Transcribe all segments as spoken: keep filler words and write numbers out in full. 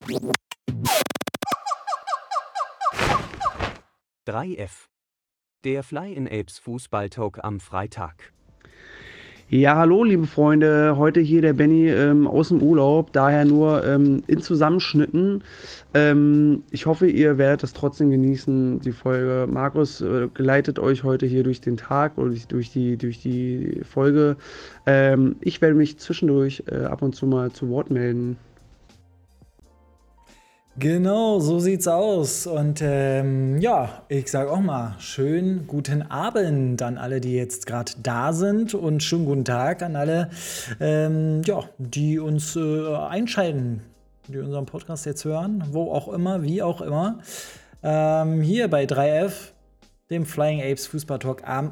drei F. Der Flying Apes Fußball-Talk am Freitag. Ja, hallo liebe Freunde, heute hier der Benny ähm, aus dem Urlaub, daher nur ähm, in Zusammenschnitten. Ähm, ich hoffe, ihr werdet das trotzdem genießen, die Folge. Markus äh, geleitet euch heute hier durch den Tag oder durch, durch die, durch die Folge. Ähm, ich werde mich zwischendurch äh, ab und zu mal zu Wort melden. Genau, so sieht's aus. Und ähm, ja, ich sage auch mal, schönen guten Abend an alle, die jetzt gerade da sind und schönen guten Tag an alle, ähm, ja, die uns äh, einschalten, die unseren Podcast jetzt hören, wo auch immer, wie auch immer. Ähm, hier bei drei F, dem Flying Apes Fußball Talk am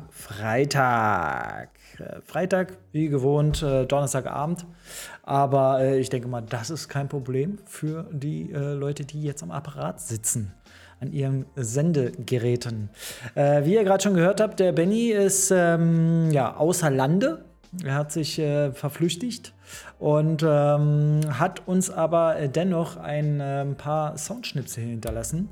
Freitag. Äh, Freitag, wie gewohnt, äh, Donnerstagabend. Aber äh, ich denke mal, das ist kein Problem für die äh, Leute, die jetzt am Apparat sitzen, an ihren Sendegeräten. Äh, wie ihr gerade schon gehört habt, der Benny ist ähm, ja, außer Lande. Er hat sich äh, verflüchtigt und ähm, hat uns aber dennoch ein äh, paar Soundschnipsel hinterlassen,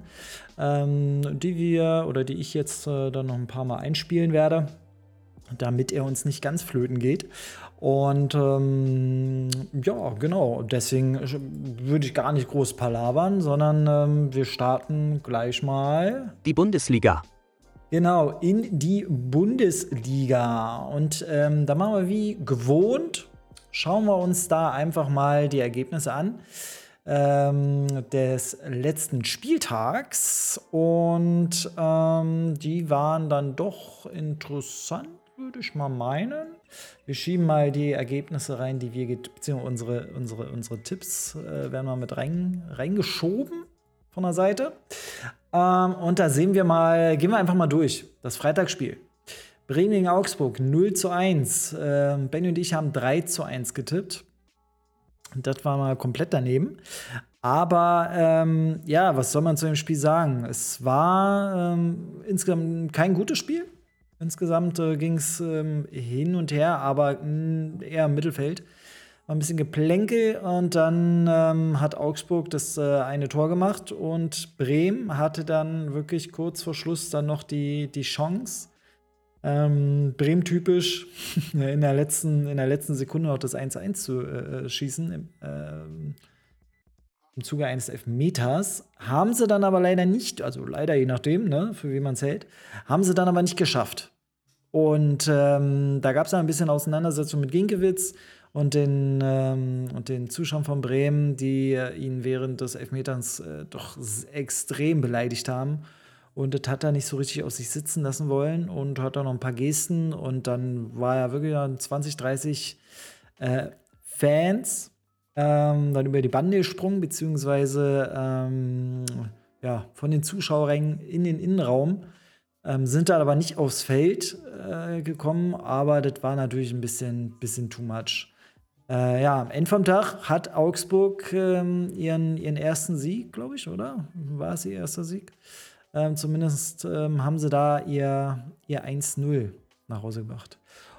ähm, die wir oder die ich jetzt äh, dann noch ein paar Mal einspielen werde, damit er uns nicht ganz flöten geht. Und ähm, ja, genau, deswegen würde ich gar nicht groß palavern, sondern ähm, wir starten gleich mal. Die Bundesliga. Genau, in die Bundesliga. Und ähm, da machen wir wie gewohnt, schauen wir uns da einfach mal die Ergebnisse an ähm, des letzten Spieltags. Und ähm, die waren dann doch interessant, würde ich mal meinen. Wir schieben mal die Ergebnisse rein, die wir, beziehungsweise unsere, unsere, unsere Tipps äh, werden mal mit rein, reingeschoben von der Seite. Ähm, und da sehen wir mal, gehen wir einfach mal durch. Das Freitagsspiel. Bremen gegen Augsburg null zu eins. Ähm, Benny und ich haben drei zu eins getippt. Das war mal komplett daneben. Aber ähm, ja, was soll man zu dem Spiel sagen? Es war ähm, insgesamt kein gutes Spiel. Insgesamt äh, ging es ähm, hin und her, aber mh, eher im Mittelfeld. War ein bisschen Geplänkel und dann ähm, hat Augsburg das äh, eine Tor gemacht und Bremen hatte dann wirklich kurz vor Schluss dann noch die, die Chance. Ähm, Bremen-typisch in der letzten, in der letzten Sekunde noch das eins zu eins zu äh, schießen. Im, äh, im Zuge eines Elfmeters. Haben sie dann aber leider nicht, also leider je nachdem, ne, für wen man es hält, haben sie dann aber nicht geschafft. Und ähm, da gab es ein bisschen Auseinandersetzung mit Ginkiewicz und den, ähm, und den Zuschauern von Bremen, die äh, ihn während des Elfmeters äh, doch extrem beleidigt haben. Und das hat er nicht so richtig auf sich sitzen lassen wollen und hat dann noch ein paar Gesten. Und dann war er wirklich an zwanzig, dreißig äh, Fans ähm, dann über die Bande gesprungen, beziehungsweise ähm, ja, von den Zuschauerrängen in den Innenraum. Ähm, sind da aber nicht aufs Feld äh, gekommen, aber das war natürlich ein bisschen, bisschen too much. Äh, ja, am Ende vom Tag hat Augsburg ähm, ihren, ihren ersten Sieg, glaube ich, oder? War es ihr erster Sieg? Ähm, zumindest ähm, haben sie da ihr, ihr eins null nach Hause gebracht.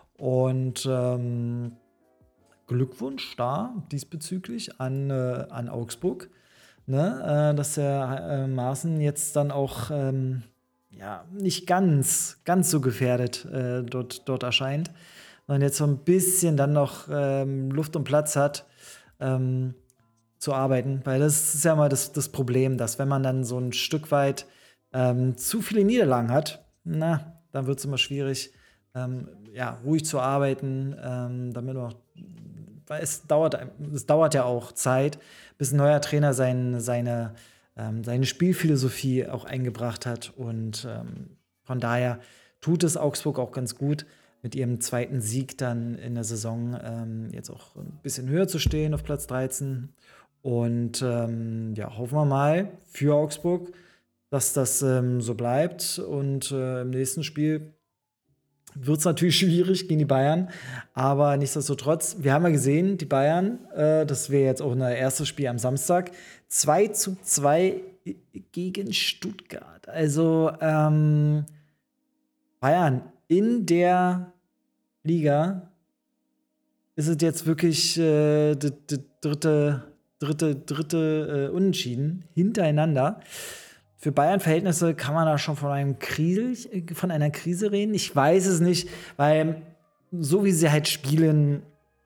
Und ähm, Glückwunsch da diesbezüglich an, äh, an Augsburg, ne? äh, dass der äh, Maaßen jetzt dann auch ähm, ja, nicht ganz, ganz so gefährdet äh, dort, dort erscheint, sondern jetzt so ein bisschen dann noch ähm, Luft und Platz hat, ähm, zu arbeiten. Weil das ist ja mal das, das Problem, dass wenn man dann so ein Stück weit ähm, zu viele Niederlagen hat, na, dann wird es immer schwierig, ähm, ja, ruhig zu arbeiten, ähm, damit man auch, weil es dauert, es dauert ja auch Zeit, bis ein neuer Trainer sein, seine ähm, seine Spielphilosophie auch eingebracht hat. Und ähm, von daher tut es Augsburg auch ganz gut, mit ihrem zweiten Sieg dann in der Saison ähm, jetzt auch ein bisschen höher zu stehen auf Platz dreizehn. Und ähm, ja, hoffen wir mal für Augsburg, dass das ähm, so bleibt. Und äh, im nächsten Spiel wird es natürlich schwierig gegen die Bayern, aber nichtsdestotrotz, wir haben ja gesehen, die Bayern, äh, das wäre jetzt auch ein erstes Spiel am Samstag, zwei zu zwei gegen Stuttgart. Also ähm, Bayern in der Liga ist es jetzt wirklich äh, das dritte, dritte, dritte äh, Unentschieden hintereinander. Für Bayern-Verhältnisse kann man da schon von einem Krise, von einer Krise reden. Ich weiß es nicht, weil so wie sie halt spielen,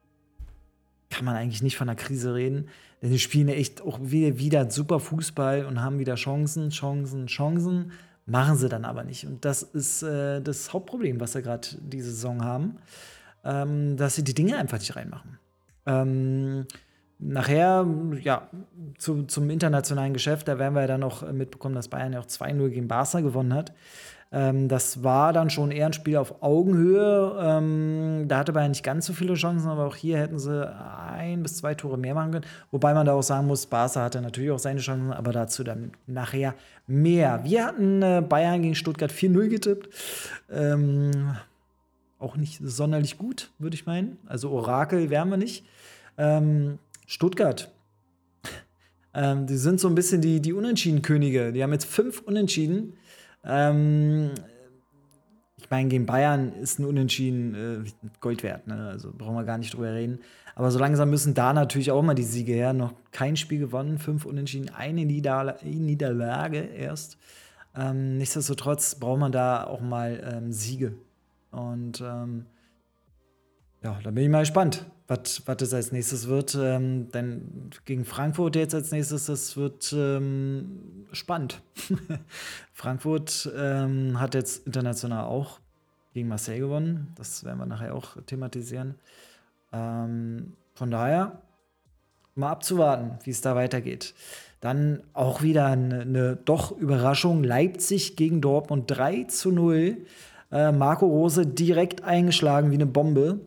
kann man eigentlich nicht von einer Krise reden. Denn sie spielen echt auch wieder, wieder super Fußball und haben wieder Chancen, Chancen, Chancen. Machen sie dann aber nicht. Und das ist äh, das Hauptproblem, was sie gerade diese Saison haben. Ähm, dass sie die Dinge einfach nicht reinmachen. Ähm, nachher, ja, zu, zum internationalen Geschäft, da werden wir ja dann noch mitbekommen, dass Bayern ja auch zwei null gegen Barca gewonnen hat. Ähm, das war dann schon eher ein Spiel auf Augenhöhe. Ähm, da hatte Bayern nicht ganz so viele Chancen, aber auch hier hätten sie ein bis zwei Tore mehr machen können. Wobei man da auch sagen muss, Barca hatte natürlich auch seine Chancen, aber dazu dann nachher mehr. Wir hatten äh, Bayern gegen Stuttgart vier null getippt. Ähm, auch nicht sonderlich gut, würde ich meinen. Also Orakel wären wir nicht. Ähm, Stuttgart. ähm, die sind so ein bisschen die, die Unentschieden-Könige. Die haben jetzt fünf Unentschieden. Ähm, ich meine, gegen Bayern ist ein Unentschieden äh, Gold wert, ne? Also brauchen wir gar nicht drüber reden. Aber so langsam müssen da natürlich auch mal die Siege her. Noch kein Spiel gewonnen, fünf Unentschieden, eine Niederla- Niederlage erst. Ähm, nichtsdestotrotz braucht man da auch mal ähm, Siege. Und ähm, ja, da bin ich mal gespannt, was das als nächstes wird. Ähm, denn gegen Frankfurt jetzt als nächstes, das wird ähm, spannend. Frankfurt ähm, hat jetzt international auch gegen Marseille gewonnen. Das werden wir nachher auch thematisieren. Ähm, von daher mal abzuwarten, wie es da weitergeht. Dann auch wieder eine, eine doch Überraschung. Leipzig gegen Dortmund drei zu null. Äh, Marco Rose direkt eingeschlagen wie eine Bombe.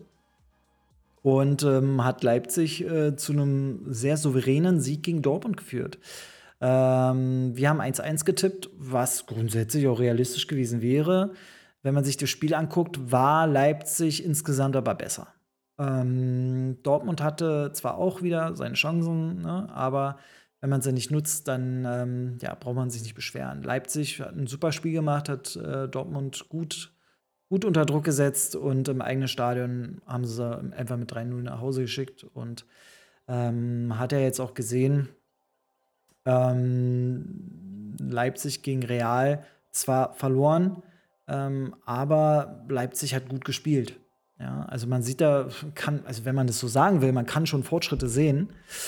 Und ähm, hat Leipzig äh, zu einem sehr souveränen Sieg gegen Dortmund geführt. Ähm, wir haben eins eins getippt, was grundsätzlich auch realistisch gewesen wäre. Wenn man sich das Spiel anguckt, war Leipzig insgesamt aber besser. Ähm, Dortmund hatte zwar auch wieder seine Chancen, ne, aber wenn man sie nicht nutzt, dann ähm, ja, braucht man sich nicht beschweren. Leipzig hat ein super Spiel gemacht, hat äh, Dortmund gut gut unter Druck gesetzt und im eigenen Stadion haben sie einfach mit drei null nach Hause geschickt. Und ähm, hat er jetzt auch gesehen, ähm, Leipzig gegen Real zwar verloren, ähm, aber Leipzig hat gut gespielt. Ja, also man sieht da, kann, also wenn man das so sagen will, man kann schon Fortschritte sehen.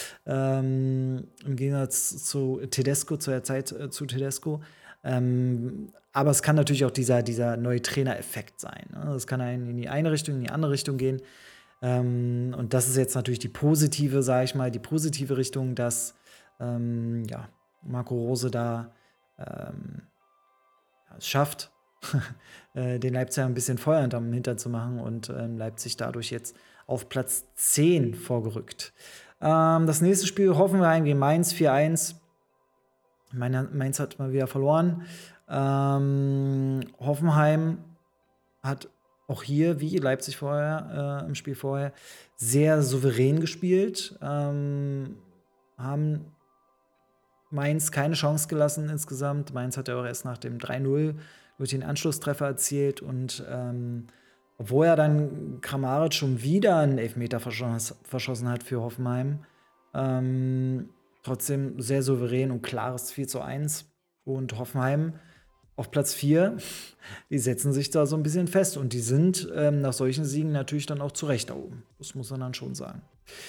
Ähm, Im Gegensatz zu Tedesco, zu der Zeit äh, zu Tedesco. Ähm, aber es kann natürlich auch dieser, dieser neue Trainer-Effekt sein. Ne? Das kann einen in die eine Richtung, in die andere Richtung gehen. Ähm, und das ist jetzt natürlich die positive, sage ich mal, die positive Richtung, dass ähm, ja, Marco Rose da ähm, ja, es schafft, äh, den Leipziger ein bisschen Feuer unterm Hintern zu machen und ähm, Leipzig dadurch jetzt auf Platz zehn vorgerückt. Ähm, das nächste Spiel Hoffenheim gegen Mainz vier eins. Mainz hat mal wieder verloren. Ähm, Hoffenheim hat auch hier, wie Leipzig vorher, äh, im Spiel vorher, sehr souverän gespielt. Ähm, haben Mainz keine Chance gelassen insgesamt. Mainz hat ja auch erst nach dem drei null durch den Anschlusstreffer erzielt. Und ähm, obwohl er dann Kramaric schon wieder einen Elfmeter verschoss, verschossen hat für Hoffenheim, ähm, trotzdem sehr souverän und klares vier zu eins. Und Hoffenheim auf Platz vier, die setzen sich da so ein bisschen fest. Und die sind ähm, nach solchen Siegen natürlich dann auch zu Recht da oben. Das muss man dann schon sagen.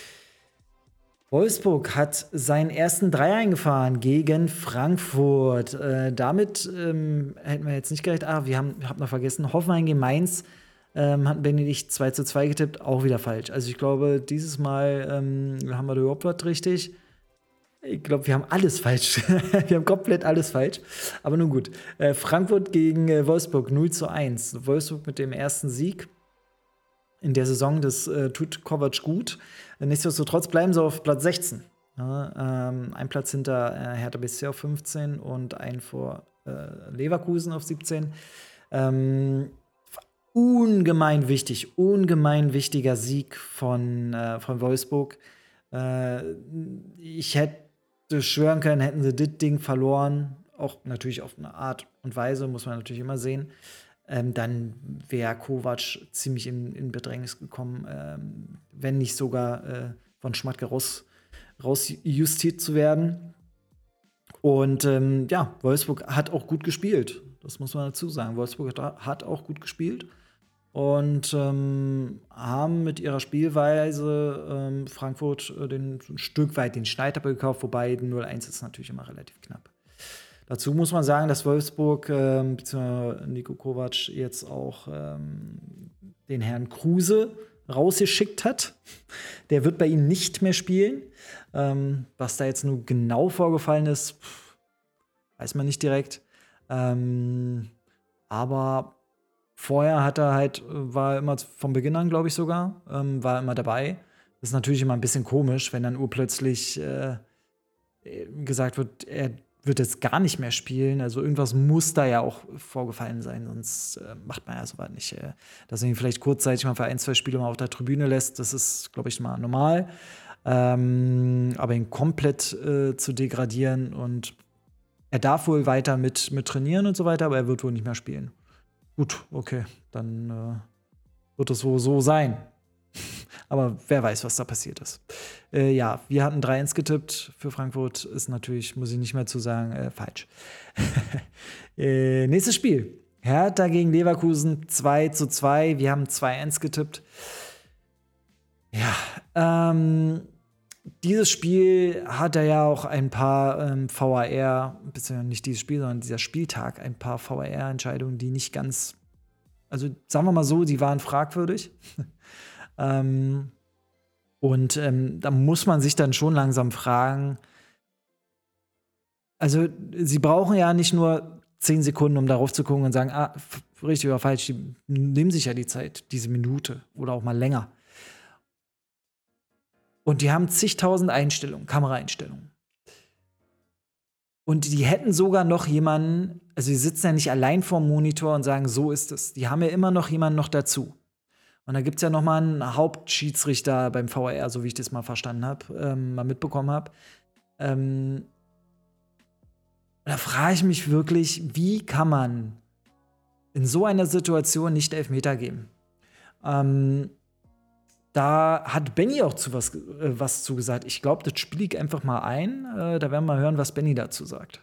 Wolfsburg hat seinen ersten Dreier eingefahren gegen Frankfurt. Äh, damit ähm, hätten wir jetzt nicht gerechnet. Ah, wir haben hab noch vergessen, Hoffenheim gegen Mainz ähm, hat Benedikt zwei zu zwei getippt. Auch wieder falsch. Also ich glaube, dieses Mal ähm, haben wir da überhaupt was richtig. Ich glaube, wir haben alles falsch. Wir haben komplett alles falsch. Aber nun gut. Äh, Frankfurt gegen äh, Wolfsburg null zu eins. Wolfsburg mit dem ersten Sieg in der Saison, das äh, tut Kovac gut. Nichtsdestotrotz bleiben sie auf Platz sechzehn. Ja, ähm, ein Platz hinter äh, Hertha B S C auf fünfzehn und ein vor äh, Leverkusen auf siebzehn. Ähm, ungemein wichtig, ungemein wichtiger Sieg von, äh, von Wolfsburg. Äh, ich hätte schwören können, hätten sie das Ding verloren, auch natürlich auf eine Art und Weise, muss man natürlich immer sehen. Ähm, dann wäre Kovac ziemlich in, in Bedrängnis gekommen, ähm, wenn nicht sogar äh, von Schmatke raus rausjustiert zu werden. Und ähm, ja, Wolfsburg hat auch gut gespielt. Das muss man dazu sagen. Wolfsburg hat auch gut gespielt und ähm, haben mit ihrer Spielweise ähm, Frankfurt äh, den, ein Stück weit den Schneid abgekauft, wobei null eins ist natürlich immer relativ knapp. Dazu muss man sagen, dass Wolfsburg ähm, bzw. Niko Kovac jetzt auch ähm, den Herrn Kruse rausgeschickt hat. Der wird bei ihnen nicht mehr spielen. Ähm, was da jetzt nun genau vorgefallen ist, pff, weiß man nicht direkt. Ähm, aber vorher hat er halt, war immer von Beginn an, glaube ich sogar, ähm, war immer dabei. Das ist natürlich immer ein bisschen komisch, wenn dann urplötzlich äh, gesagt wird, er wird jetzt gar nicht mehr spielen. Also irgendwas muss da ja auch vorgefallen sein, sonst äh, macht man ja sowas nicht. Äh, dass man ihn vielleicht kurzzeitig mal für ein, zwei Spiele mal auf der Tribüne lässt, das ist, glaube ich, mal normal. Ähm, aber ihn komplett äh, zu degradieren und er darf wohl weiter mit, mit trainieren und so weiter, aber er wird wohl nicht mehr spielen. Gut, okay, dann äh, wird es wohl so sein. Aber wer weiß, was da passiert ist. Äh, ja, wir hatten drei eins getippt für Frankfurt. Ist natürlich, muss ich nicht mehr zu sagen, äh, falsch. äh, nächstes Spiel. Hertha gegen Leverkusen zwei zu zwei. Wir haben zwei eins getippt. Ja, ähm, dieses Spiel hat er ja auch ein paar ähm, V A R, beziehungsweise nicht dieses Spiel, sondern dieser Spieltag, ein paar V A R-Entscheidungen, die nicht ganz, also sagen wir mal so, die waren fragwürdig. ähm, und ähm, da muss man sich dann schon langsam fragen, also sie brauchen ja nicht nur zehn Sekunden, um darauf zu gucken und sagen, ah, richtig oder falsch, die nehmen sich ja die Zeit, diese Minute oder auch mal länger. Und die haben zigtausend Einstellungen, Kameraeinstellungen. Und die hätten sogar noch jemanden, also die sitzen ja nicht allein vorm Monitor und sagen, so ist es. Die haben ja immer noch jemanden noch dazu. Und da gibt es ja noch mal einen Hauptschiedsrichter beim V A R, so wie ich das mal verstanden habe, ähm, mal mitbekommen habe. Ähm, da frage ich mich wirklich, wie kann man in so einer Situation nicht Elfmeter geben? Ähm, Da hat Benny auch zu was, äh, was zugesagt. Ich glaube, das spiele ich einfach mal ein. Äh, da werden wir mal hören, was Benny dazu sagt.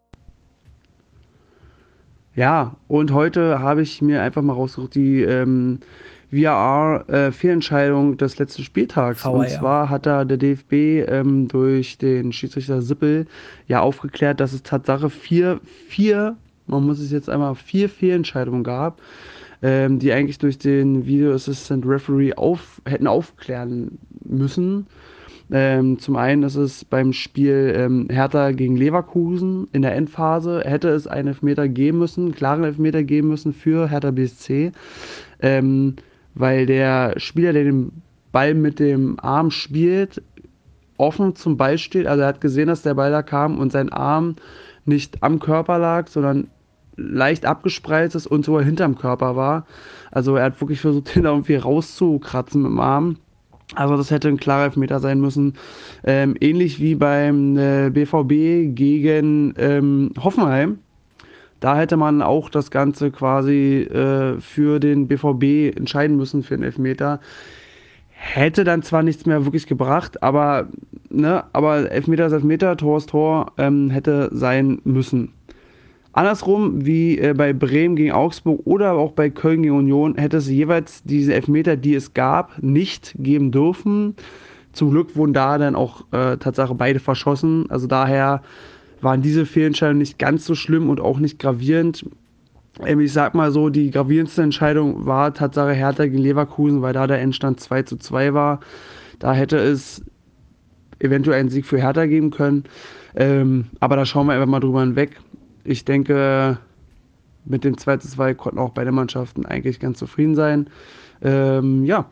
Ja, und heute habe ich mir einfach mal rausgesucht die ähm, V R R-Fehlentscheidung des letzten Spieltags. V A R. Und zwar hat da der D F B ähm, durch den Schiedsrichter Sippel ja aufgeklärt, dass es Tatsache vier, vier, man muss es jetzt einmal, vier Fehlentscheidungen gab, ähm, die eigentlich durch den Video Assistant Referee auf, hätten aufklären müssen. Ähm, zum einen ist es beim Spiel ähm, Hertha gegen Leverkusen in der Endphase, hätte es einen Elfmeter geben müssen, einen klaren Elfmeter geben müssen für Hertha B S C, ähm, weil der Spieler, der den Ball mit dem Arm spielt, offen zum Ball steht. Also er hat gesehen, dass der Ball da kam und sein Arm nicht am Körper lag, sondern leicht abgespreizt ist und sogar hinterm Körper war. Also er hat wirklich versucht, den da irgendwie rauszukratzen mit dem Arm. Also das hätte ein klarer Elfmeter sein müssen. Ähm, ähnlich wie beim äh, B V B gegen ähm, Hoffenheim. Da hätte man auch das Ganze quasi äh, für den B V B entscheiden müssen, für den Elfmeter. Hätte dann zwar nichts mehr wirklich gebracht, aber, ne, aber Elfmeter ist Elfmeter, Tor ist Tor, ähm, hätte sein müssen. Andersrum, wie äh, bei Bremen gegen Augsburg oder auch bei Köln gegen Union, hätte es jeweils diese Elfmeter, die es gab, nicht geben dürfen. Zum Glück wurden da dann auch äh, Tatsache beide verschossen. Also daher waren diese Fehlentscheidungen nicht ganz so schlimm und auch nicht gravierend. Ähm, ich sag mal so, die gravierendste Entscheidung war Tatsache Hertha gegen Leverkusen, weil da der Endstand zwei zu zwei war. Da hätte es eventuell einen Sieg für Hertha geben können. Ähm, aber da schauen wir einfach mal drüber hinweg. Ich denke, mit dem zwei zu zwei konnten auch beide Mannschaften eigentlich ganz zufrieden sein. Ähm, ja.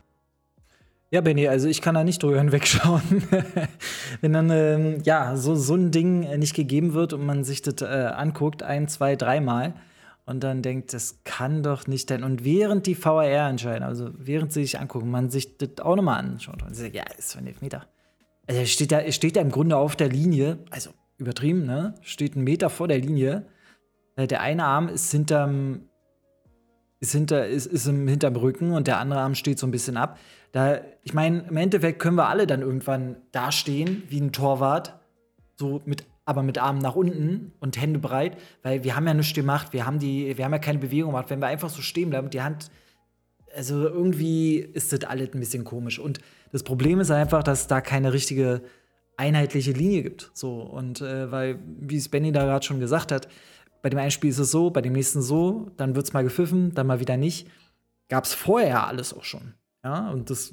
Ja, Benny, also ich kann da nicht drüber hinwegschauen. Wenn dann ähm, ja, so, so ein Ding nicht gegeben wird und man sich das äh, anguckt, ein, zwei, dreimal und dann denkt, das kann doch nicht denn. Und während die V A R entscheiden, also während sie sich angucken, man sich das auch nochmal anschaut und sagt, ja, ist so ein Elfmeter. Also er steht da, er steht da im Grunde auf der Linie, also übertrieben, ne? Steht einen Meter vor der Linie. Der eine Arm ist hinterm, ist, hinter, ist, ist im hinterm Rücken und der andere Arm steht so ein bisschen ab. Da, ich meine, im Endeffekt können wir alle dann irgendwann dastehen wie ein Torwart, so mit, aber mit Armen nach unten und Hände breit, weil wir haben ja nichts gemacht, wir haben, die, wir haben ja keine Bewegung gemacht. Wenn wir einfach so stehen bleiben, die Hand, also irgendwie ist das alles ein bisschen komisch. Und das Problem ist einfach, dass es da keine richtige einheitliche Linie gibt. So, und äh, weil, wie es Benny da gerade schon gesagt hat, bei dem einen Spiel ist es so, bei dem nächsten so, dann wird es mal gepfiffen, dann mal wieder nicht. Gab es vorher alles auch schon. Ja, und das,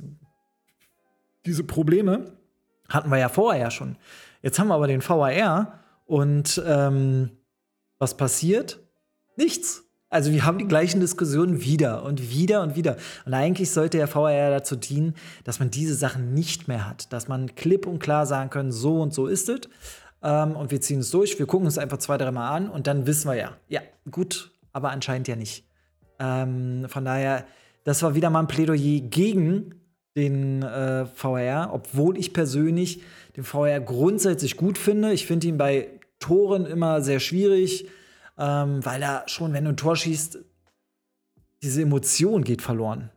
diese Probleme hatten wir ja vorher schon. Jetzt haben wir aber den V A R und ähm, was passiert? Nichts. Also wir haben die gleichen Diskussionen wieder und wieder und wieder. Und eigentlich sollte der V A R dazu dienen, dass man diese Sachen nicht mehr hat. Dass man klipp und klar sagen kann, so und so ist es. Ähm, und wir ziehen es durch. Wir gucken es einfach zwei, dreimal an und dann wissen wir ja. Ja, gut, aber anscheinend ja nicht. Ähm, von daher, das war wieder mal ein Plädoyer gegen den äh, V A R, obwohl ich persönlich den V A R grundsätzlich gut finde. Ich finde ihn bei Toren immer sehr schwierig. Ähm, weil da schon, wenn du ein Tor schießt, diese Emotion geht verloren.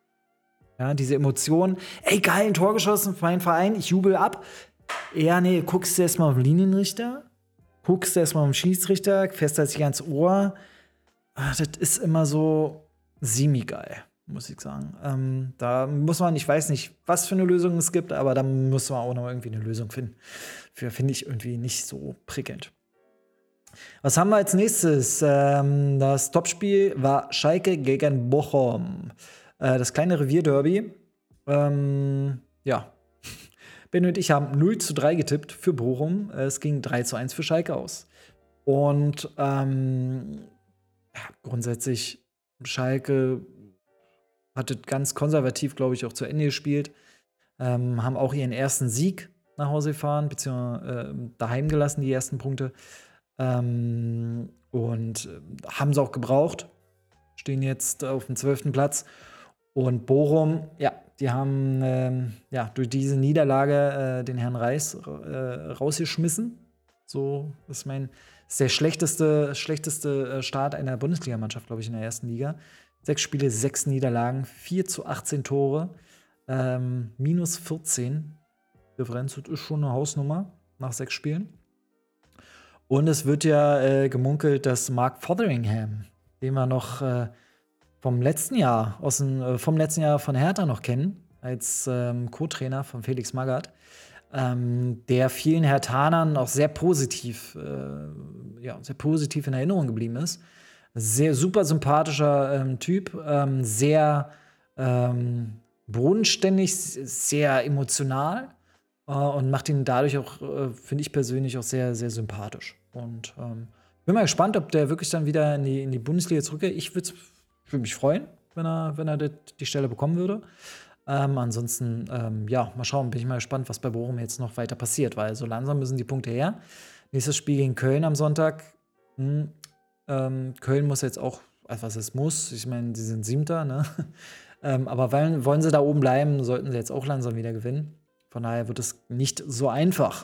Ja, diese Emotion, ey, geil, ein Tor geschossen für meinen Verein, ich jubel ab. Ja, nee, guckst du erstmal auf den Linienrichter, guckst du erstmal auf den Schiedsrichter, fährst das ganz Ohr. Ach, das ist immer so semi-geil, muss ich sagen. Ähm, da muss man, ich weiß nicht, was für eine Lösung es gibt, aber da muss man auch noch irgendwie eine Lösung finden. Für finde ich irgendwie nicht so prickelnd. Was haben wir als nächstes? Ähm, das Topspiel war Schalke gegen Bochum. Äh, das kleine Revierderby. Ähm, ja. Ben und ich haben null zu drei getippt für Bochum. Es ging drei zu eins für Schalke aus. Und ähm, ja, grundsätzlich, Schalke hatte ganz konservativ, glaube ich, auch zu Ende gespielt. Ähm, haben auch ihren ersten Sieg nach Hause gefahren, beziehungsweise äh, daheim gelassen, die ersten Punkte. Ähm, und äh, haben sie auch gebraucht. Stehen jetzt auf dem zwölften Platz. Und Bochum, ja, die haben ähm, ja, durch diese Niederlage äh, den Herrn Reis äh, rausgeschmissen. So ist mein ist der schlechteste, schlechteste Start einer Bundesligamannschaft, glaube ich, in der ersten Liga. Sechs Spiele, sechs Niederlagen, vier zu achtzehn Tore, ähm, minus vierzehn. Differenz ist schon eine Hausnummer nach sechs Spielen. Und es wird ja äh, gemunkelt, dass Mark Fotheringham, den wir noch äh, vom letzten Jahr aus dem, äh, vom letzten Jahr von Hertha noch kennen, als ähm, Co-Trainer von Felix Magath, ähm, der vielen Herthanern auch sehr positiv, äh, ja, sehr positiv in Erinnerung geblieben ist. Sehr super sympathischer ähm, Typ, ähm, sehr ähm, bodenständig, sehr emotional äh, und macht ihn dadurch auch, äh, finde ich persönlich, auch sehr, sehr sympathisch. Und ähm, bin mal gespannt, ob der wirklich dann wieder in die, in die Bundesliga zurückgeht. Ich würde würd mich freuen, wenn er, wenn er die, die Stelle bekommen würde. Ähm, ansonsten, ähm, ja, mal schauen, bin ich mal gespannt, was bei Bochum jetzt noch weiter passiert, weil so langsam müssen die Punkte her. Nächstes Spiel gegen Köln am Sonntag. Hm, ähm, Köln muss jetzt auch, also was es muss, ich meine, sie sind Siebter, ne? ähm, aber wollen, wollen sie da oben bleiben, sollten sie jetzt auch langsam wieder gewinnen. Von daher wird es nicht so einfach.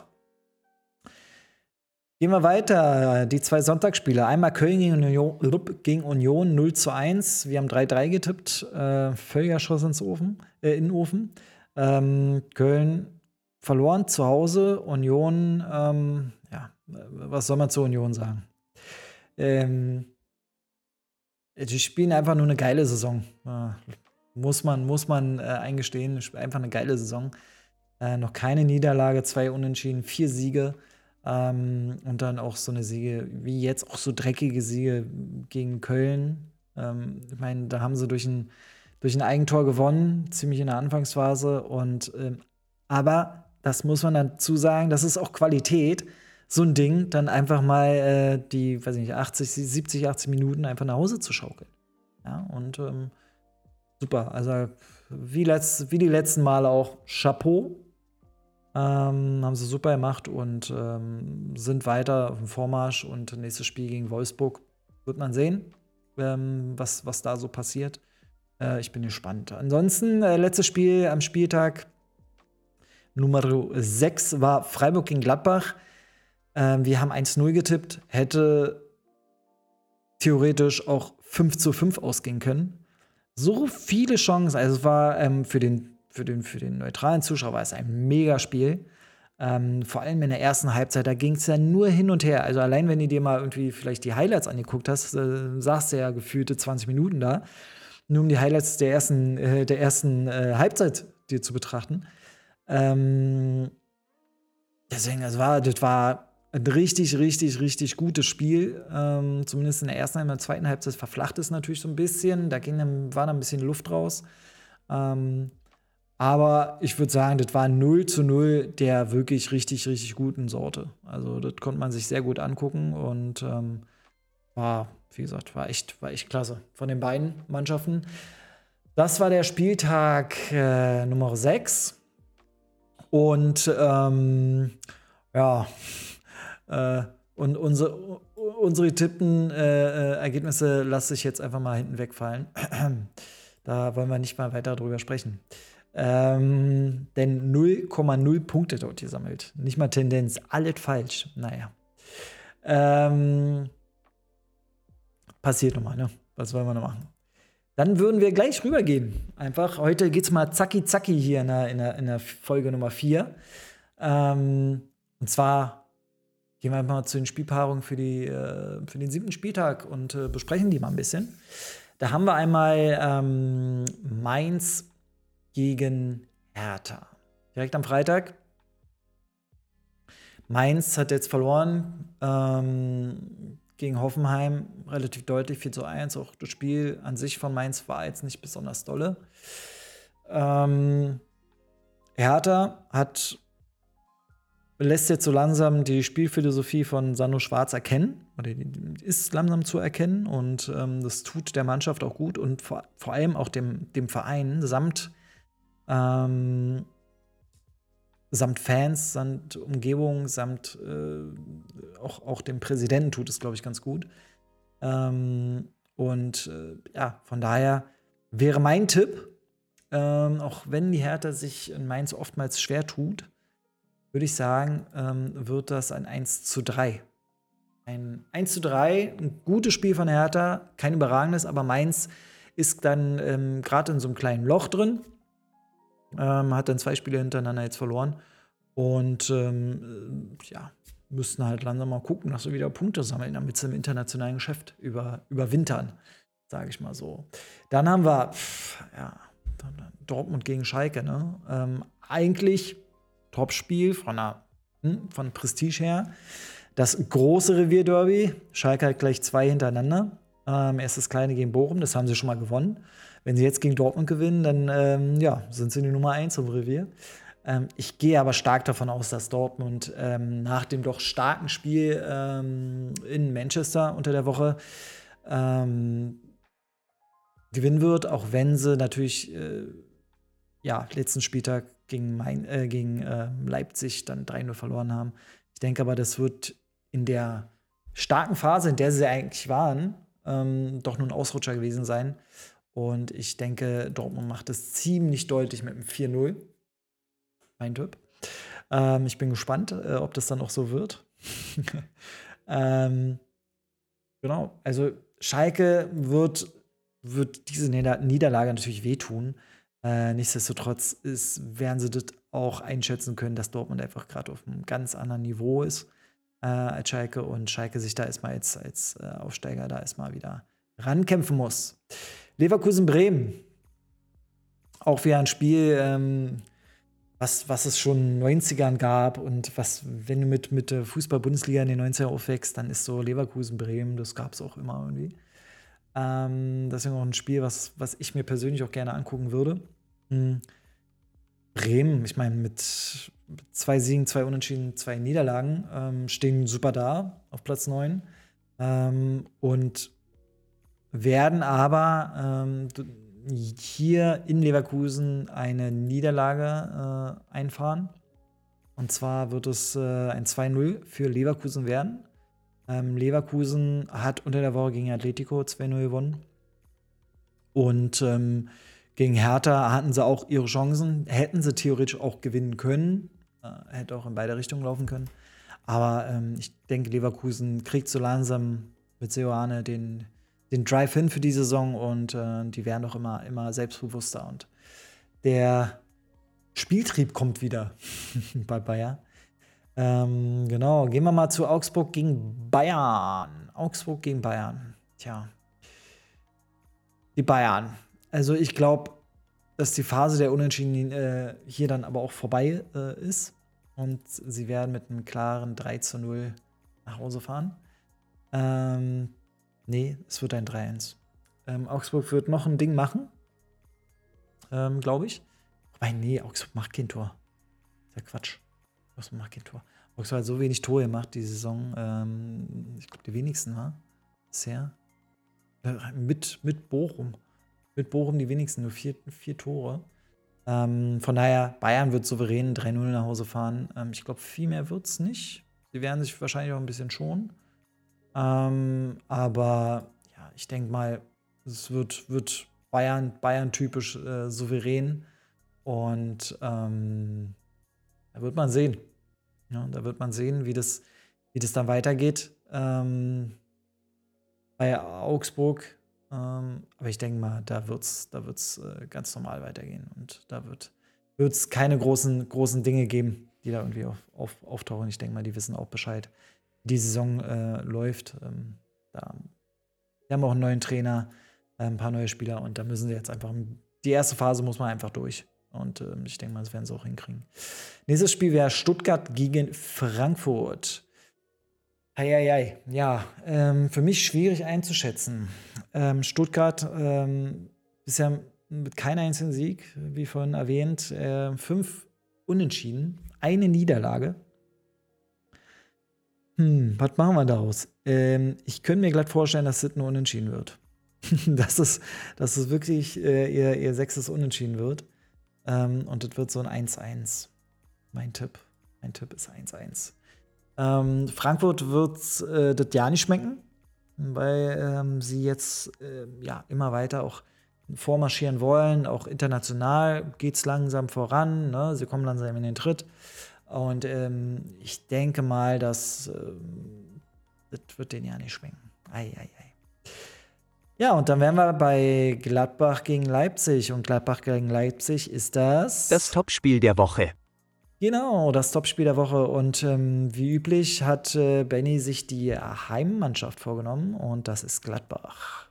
Gehen wir weiter. Die zwei Sonntagsspiele. Einmal Köln gegen Union, gegen Union null zu eins. Wir haben drei drei getippt. Äh, völliger Schuss ins Ofen, äh, in den Ofen. Ähm, Köln verloren zu Hause. Union, ähm, ja, was soll man zur Union sagen? Ähm, die spielen einfach nur eine geile Saison. Äh, muss man, muss man äh, eingestehen. Einfach eine geile Saison. Äh, noch keine Niederlage, zwei Unentschieden, vier Siege. Ähm, und dann auch so eine Siege, wie jetzt auch so dreckige Siege gegen Köln. Ähm, ich meine, da haben sie durch ein, durch ein Eigentor gewonnen, ziemlich in der Anfangsphase. Und ähm, aber das muss man dazu sagen, das ist auch Qualität, so ein Ding dann einfach mal äh, die, weiß ich nicht, achtzig, siebzig, achtzig Minuten einfach nach Hause zu schaukeln. Ja, und ähm, super. Also wie, letzt, wie die letzten Male auch Chapeau. Ähm, haben sie super gemacht und ähm, sind weiter auf dem Vormarsch. Und nächstes Spiel gegen Wolfsburg wird man sehen, ähm, was, was da so passiert. Äh, ich bin gespannt. Ansonsten, äh, letztes Spiel am Spieltag Nummer sechs war Freiburg gegen Gladbach. Ähm, wir haben eins null getippt. Hätte theoretisch auch fünf zu fünf ausgehen können. So viele Chancen. Also es war ähm, für, den, für, den, für den neutralen Zuschauer war es ein Megaspiel. Ähm, vor allem in der ersten Halbzeit, da ging es ja nur hin und her. Also allein, wenn du dir mal irgendwie vielleicht die Highlights angeguckt hast, äh, saß du ja gefühlte zwanzig Minuten da, nur um die Highlights der ersten, äh, der ersten äh, Halbzeit dir zu betrachten. Ähm, deswegen, das war, das war ein richtig, richtig, richtig gutes Spiel. Ähm, zumindest in der ersten, in der zweiten Halbzeit verflacht es natürlich so ein bisschen. Da ging dann, war dann ein bisschen Luft raus. Ähm, aber ich würde sagen, das war null zu null der wirklich richtig, richtig guten Sorte. Also, das konnte man sich sehr gut angucken und ähm, war, wie gesagt, war echt, war echt klasse von den beiden Mannschaften. Das war der Spieltag äh, Nummer sechs. Und ähm, ja, äh, und unsere, unsere tippten äh, äh, Ergebnisse lasse ich jetzt einfach mal hinten wegfallen. Da wollen wir nicht mal weiter drüber sprechen. Ähm, denn null Komma null Punkte dort gesammelt. Nicht mal Tendenz, alles falsch. Naja. Ähm, passiert nochmal, ne? Was wollen wir noch machen? Dann würden wir gleich rübergehen. Einfach, heute geht's mal zacki zacki hier in der, in der, in der Folge Nummer vier. Ähm, und zwar gehen wir einfach mal zu den Spielpaarungen für, die, äh, für den siebten Spieltag und äh, besprechen die mal ein bisschen. Da haben wir einmal ähm, Mainz gegen Hertha. Direkt am Freitag. Mainz hat jetzt verloren ähm, gegen Hoffenheim, relativ deutlich, vier zu eins. Auch das Spiel an sich von Mainz war jetzt nicht besonders dolle. Ähm, Hertha hat, lässt jetzt so langsam die Spielphilosophie von Sandro Schwarz erkennen, oder die ist langsam zu erkennen, und ähm, das tut der Mannschaft auch gut und vor, vor allem auch dem, dem Verein samt ähm, samt Fans, samt Umgebung, samt äh, auch, auch dem Präsidenten tut es, glaube ich, ganz gut. Ähm, und äh, ja, von daher wäre mein Tipp, ähm, auch wenn die Hertha sich in Mainz oftmals schwer tut, würde ich sagen, ähm, wird das ein eins zu drei. Ein eins zu drei, ein gutes Spiel von Hertha, kein überragendes, aber Mainz ist dann ähm, gerade in so einem kleinen Loch drin. Ähm, hat dann zwei Spiele hintereinander jetzt verloren. Und ähm, ja, müssten halt langsam mal gucken, dass sie wieder Punkte sammeln, damit sie im internationalen Geschäft über, überwintern, sage ich mal so. Dann haben wir pff, ja, Dortmund gegen Schalke. Ne? Ähm, eigentlich Topspiel von, der, hm, von Prestige her. Das große Revierderby. Schalke hat gleich zwei hintereinander. Ähm, erst das kleine gegen Bochum, das haben sie schon mal gewonnen. Wenn sie jetzt gegen Dortmund gewinnen, dann ähm, ja, sind sie die Nummer eins im Revier. Ähm, ich gehe aber stark davon aus, dass Dortmund ähm, nach dem doch starken Spiel ähm, in Manchester unter der Woche ähm, gewinnen wird, auch wenn sie natürlich äh, ja, letzten Spieltag gegen, Main, äh, gegen äh, Leipzig dann drei null verloren haben. Ich denke aber, das wird in der starken Phase, in der sie eigentlich waren, ähm, doch nur ein Ausrutscher gewesen sein. Und ich denke, Dortmund macht es ziemlich deutlich mit einem vier null. Mein Tipp. Ähm, ich bin gespannt, äh, ob das dann auch so wird. ähm, genau, also Schalke wird, wird diese Nieder- Niederlage natürlich wehtun. Äh, nichtsdestotrotz ist, werden sie das auch einschätzen können, dass Dortmund einfach gerade auf einem ganz anderen Niveau ist äh, als Schalke und Schalke sich da erstmal als, als äh, Aufsteiger da erstmal wieder rankämpfen muss. Leverkusen-Bremen. Auch wieder ein Spiel, ähm, was, was es schon in den neunzigern gab und was, wenn du mit, mit der Fußball-Bundesliga in den neunzigern aufwächst, dann ist so Leverkusen-Bremen, das gab es auch immer irgendwie. Ähm, deswegen auch ein Spiel, was, was ich mir persönlich auch gerne angucken würde. Hm. Bremen, ich meine, mit zwei Siegen, zwei Unentschieden, zwei Niederlagen, ähm, stehen super da auf Platz neun. Ähm, und werden aber ähm, hier in Leverkusen eine Niederlage äh, einfahren. Und zwar wird es äh, ein zwei null für Leverkusen werden. Ähm, Leverkusen hat unter der Woche gegen Atletico zwei null gewonnen. Und ähm, gegen Hertha hatten sie auch ihre Chancen. Hätten sie theoretisch auch gewinnen können. Äh, hätte auch in beide Richtungen laufen können. Aber ähm, ich denke, Leverkusen kriegt so langsam mit Seoane den den Drive hin für die Saison und äh, die werden doch immer, immer selbstbewusster. Und der Spieltrieb kommt wieder bei Bayern. Ähm, genau, gehen wir mal zu Augsburg gegen Bayern. Augsburg gegen Bayern. Tja. Die Bayern. Also ich glaube, dass die Phase der Unentschieden äh, hier dann aber auch vorbei äh, ist. Und sie werden mit einem klaren drei zu null nach Hause fahren. Ähm, nee, es wird ein drei eins. Ähm, Augsburg wird noch ein Ding machen. Ähm, glaube ich. Wobei, nee, Augsburg macht kein Tor. Das ist ja Quatsch. Augsburg macht kein Tor. Augsburg hat so wenig Tore gemacht die Saison. Ähm, ich glaube, die wenigsten, wa? Bisher. Äh, mit, mit Bochum. Mit Bochum die wenigsten, nur vier, vier Tore. Ähm, von daher, Bayern wird souverän drei null nach Hause fahren. Ähm, ich glaube, viel mehr wird es nicht. Sie werden sich wahrscheinlich auch ein bisschen schonen. Ähm, aber ja, ich denke mal, es wird, wird Bayern, Bayern typisch äh, souverän. Und ähm, da wird man sehen. Ja, da wird man sehen, wie das, wie das dann weitergeht. Ähm, bei Augsburg. Ähm, aber ich denke mal, da wird es da wird's, äh, ganz normal weitergehen. Und da wird es keine großen, großen Dinge geben, die da irgendwie auf, auf, auftauchen. Ich denke mal, die wissen auch Bescheid, wie die Saison äh, läuft. Ähm, da, wir haben auch einen neuen Trainer, äh, ein paar neue Spieler und da müssen sie jetzt einfach, die erste Phase muss man einfach durch. Und ähm, ich denke mal, das werden sie auch hinkriegen. Nächstes Spiel wäre Stuttgart gegen Frankfurt. Eieiei, ja, ähm, für mich schwierig einzuschätzen. Ähm, Stuttgart ähm, bisher mit keinem einzigen Sieg, wie vorhin erwähnt, äh, fünf Unentschieden, eine Niederlage. Hm, was machen wir daraus? Ähm, ich könnte mir glatt vorstellen, dass es ein Unentschieden wird. dass, es, dass es wirklich äh, ihr, ihr sechstes Unentschieden wird. Ähm, und das wird so ein eins eins. Mein Tipp. Mein Tipp ist eins eins. Ähm, Frankfurt wird äh, das ja nicht schmecken, weil ähm, sie jetzt äh, ja, immer weiter auch vormarschieren wollen. Auch international geht es langsam voran. Ne? Sie kommen langsam in den Tritt. Und ähm, ich denke mal, dass ähm, das wird denen ja nicht schmecken. Ei, ei, ei. Ja, und dann wären wir bei Gladbach gegen Leipzig. Und Gladbach gegen Leipzig ist das Das Topspiel der Woche. Genau, das Topspiel der Woche. Und ähm, wie üblich hat äh, Benny sich die Heimmannschaft vorgenommen und das ist Gladbach.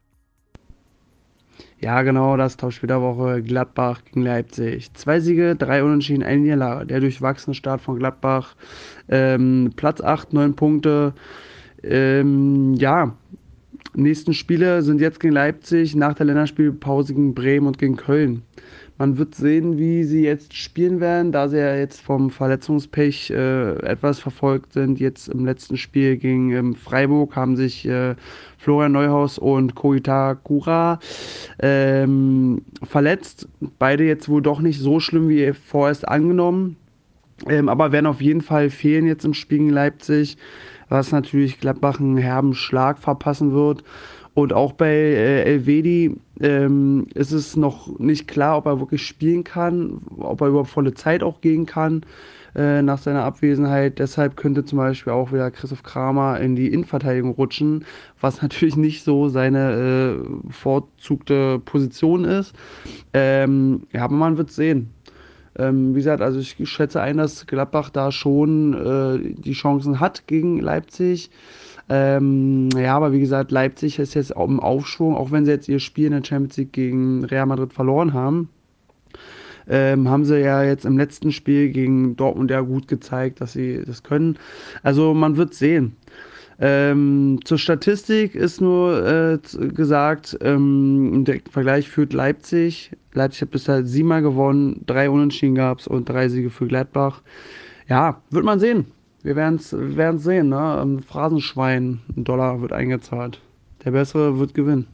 Ja, genau, das Topspiel der Woche. Gladbach gegen Leipzig. Zwei Siege, drei Unentschieden, eine Niederlage. Der durchwachsene Start von Gladbach. Ähm, Platz acht, neun Punkte. Ähm, ja, nächsten Spiele sind jetzt gegen Leipzig, nach der Länderspielpause gegen Bremen und gegen Köln. Man wird sehen, wie sie jetzt spielen werden, da sie ja jetzt vom Verletzungspech äh, etwas verfolgt sind. Jetzt im letzten Spiel gegen ähm, Freiburg haben sich äh, Florian Neuhaus und Koita Kura ähm, verletzt. Beide jetzt wohl doch nicht so schlimm wie vorerst angenommen. Ähm, aber werden auf jeden Fall fehlen jetzt im Spiel gegen Leipzig, was natürlich Gladbach einen herben Schlag verpassen wird. Und auch bei äh, Elvedi ähm, ist es noch nicht klar, ob er wirklich spielen kann, ob er überhaupt volle Zeit auch gehen kann äh, nach seiner Abwesenheit. Deshalb könnte zum Beispiel auch wieder Christoph Kramer in die Innenverteidigung rutschen, was natürlich nicht so seine äh, bevorzugte Position ist. Ähm, ja, aber man wird sehen. Ähm, wie gesagt, also ich schätze ein, dass Gladbach da schon äh, die Chancen hat gegen Leipzig. Ähm, ja, aber wie gesagt, Leipzig ist jetzt auch im Aufschwung, auch wenn sie jetzt ihr Spiel in der Champions League gegen Real Madrid verloren haben. Ähm, haben sie ja jetzt im letzten Spiel gegen Dortmund ja gut gezeigt, dass sie das können. Also man wird sehen. Ähm, zur Statistik ist nur äh, gesagt, ähm, im direkten Vergleich führt Leipzig. Leipzig hat bisher siebenmal gewonnen, drei Unentschieden gab es und drei Siege für Gladbach. Ja, wird man sehen. Wir werden es sehen. Ne? Im Phrasenschwein, ein Dollar wird eingezahlt. Der Bessere wird gewinnen.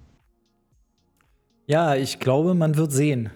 Ja, ich glaube, man wird sehen.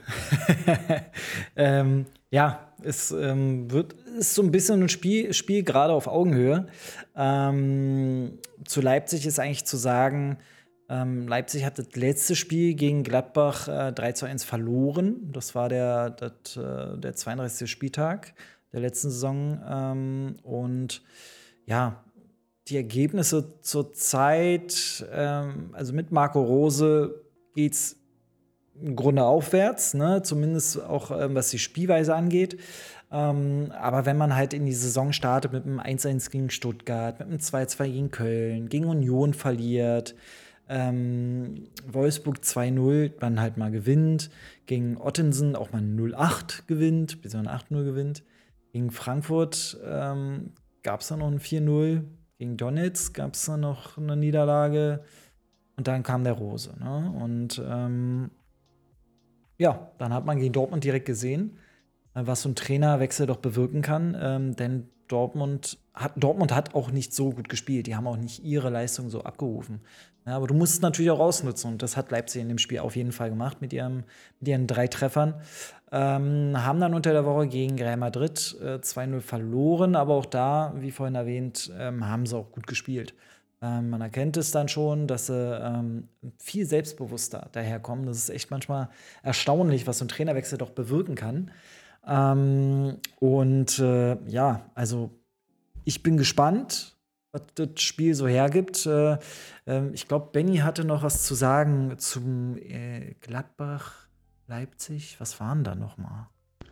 ähm, ja, es ähm, wird, ist so ein bisschen ein Spiel, Spiel gerade auf Augenhöhe. Ähm, zu Leipzig ist eigentlich zu sagen, ähm, Leipzig hat das letzte Spiel gegen Gladbach äh, drei zu eins verloren. Das war der, das, äh, der zweiunddreißigste Spieltag der letzten Saison. Ähm, und ja, die Ergebnisse zur Zeit, ähm, also mit Marco Rose geht's im Grunde aufwärts, ne? Zumindest auch ähm, was die Spielweise angeht. Ähm, aber wenn man halt in die Saison startet mit einem eins eins gegen Stuttgart, mit einem zwei zwei gegen Köln, gegen Union verliert, ähm, Wolfsburg zwei null, dann halt mal gewinnt, gegen Ottensen auch mal null acht gewinnt, beziehungsweise acht null gewinnt. Gegen Frankfurt ähm, gab es da noch ein vier null, gegen Donetsk gab es da noch eine Niederlage und dann kam der Rose. Ne? Und ähm, ja, dann hat man gegen Dortmund direkt gesehen, äh, was so ein Trainerwechsel doch bewirken kann. Ähm, denn Dortmund hat, Dortmund hat auch nicht so gut gespielt. Die haben auch nicht ihre Leistung so abgerufen. Ja, aber du musst es natürlich auch ausnutzen. Und das hat Leipzig in dem Spiel auf jeden Fall gemacht mit, ihrem, mit ihren drei Treffern. Ähm, haben dann unter der Woche gegen Real Madrid äh, zwei null verloren. Aber auch da, wie vorhin erwähnt, ähm, haben sie auch gut gespielt. Ähm, man erkennt es dann schon, dass sie ähm, viel selbstbewusster daherkommen. Das ist echt manchmal erstaunlich, was so ein Trainerwechsel doch bewirken kann. Ähm, und äh, ja, also ich bin gespannt, was das Spiel so hergibt. Äh, ähm, ich glaube, Benny hatte noch was zu sagen zum äh, Gladbach, Leipzig. Was waren da noch mal?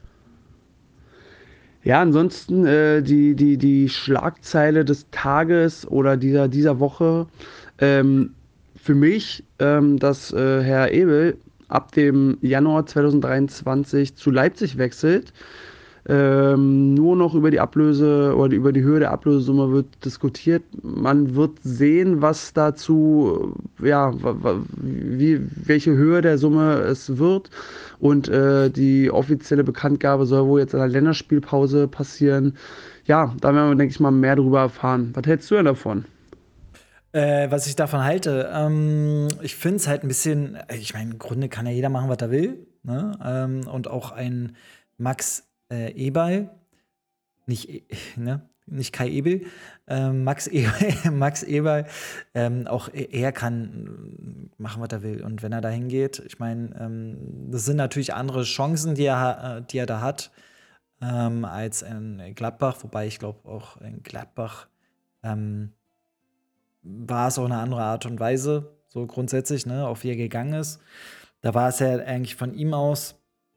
Ja, ansonsten äh, die, die, die Schlagzeile des Tages oder dieser, dieser Woche ähm, für mich, ähm, dass äh, Herr Ebel ab dem Januar zwanzig dreiundzwanzig zu Leipzig wechselt. Ähm, nur noch über die Ablöse oder über die Höhe der Ablösesumme wird diskutiert. Man wird sehen, was dazu, ja, wie, welche Höhe der Summe es wird. Und äh, die offizielle Bekanntgabe soll wohl jetzt in der Länderspielpause passieren. Ja, da werden wir, denke ich mal, mehr darüber erfahren. Was hältst du denn davon? Äh, was ich davon halte, ähm, ich finde es halt ein bisschen, ich meine, im Grunde kann ja jeder machen, was er will. Ne? Ähm, und auch ein Max äh, Eberl, nicht, E- ne? Nicht Kai Ebel, ähm, Max, Eberl, Max Eberl, ähm, auch e- er kann äh, machen, was er will. Und wenn er da hingeht, ich meine, ähm, das sind natürlich andere Chancen, die er, ha- äh, die er da hat, ähm, als in Gladbach. Wobei ich glaube, auch in Gladbach ähm, war es auch eine andere Art und Weise, so grundsätzlich, ne, auf wie er gegangen ist. Da war es ja eigentlich von ihm aus,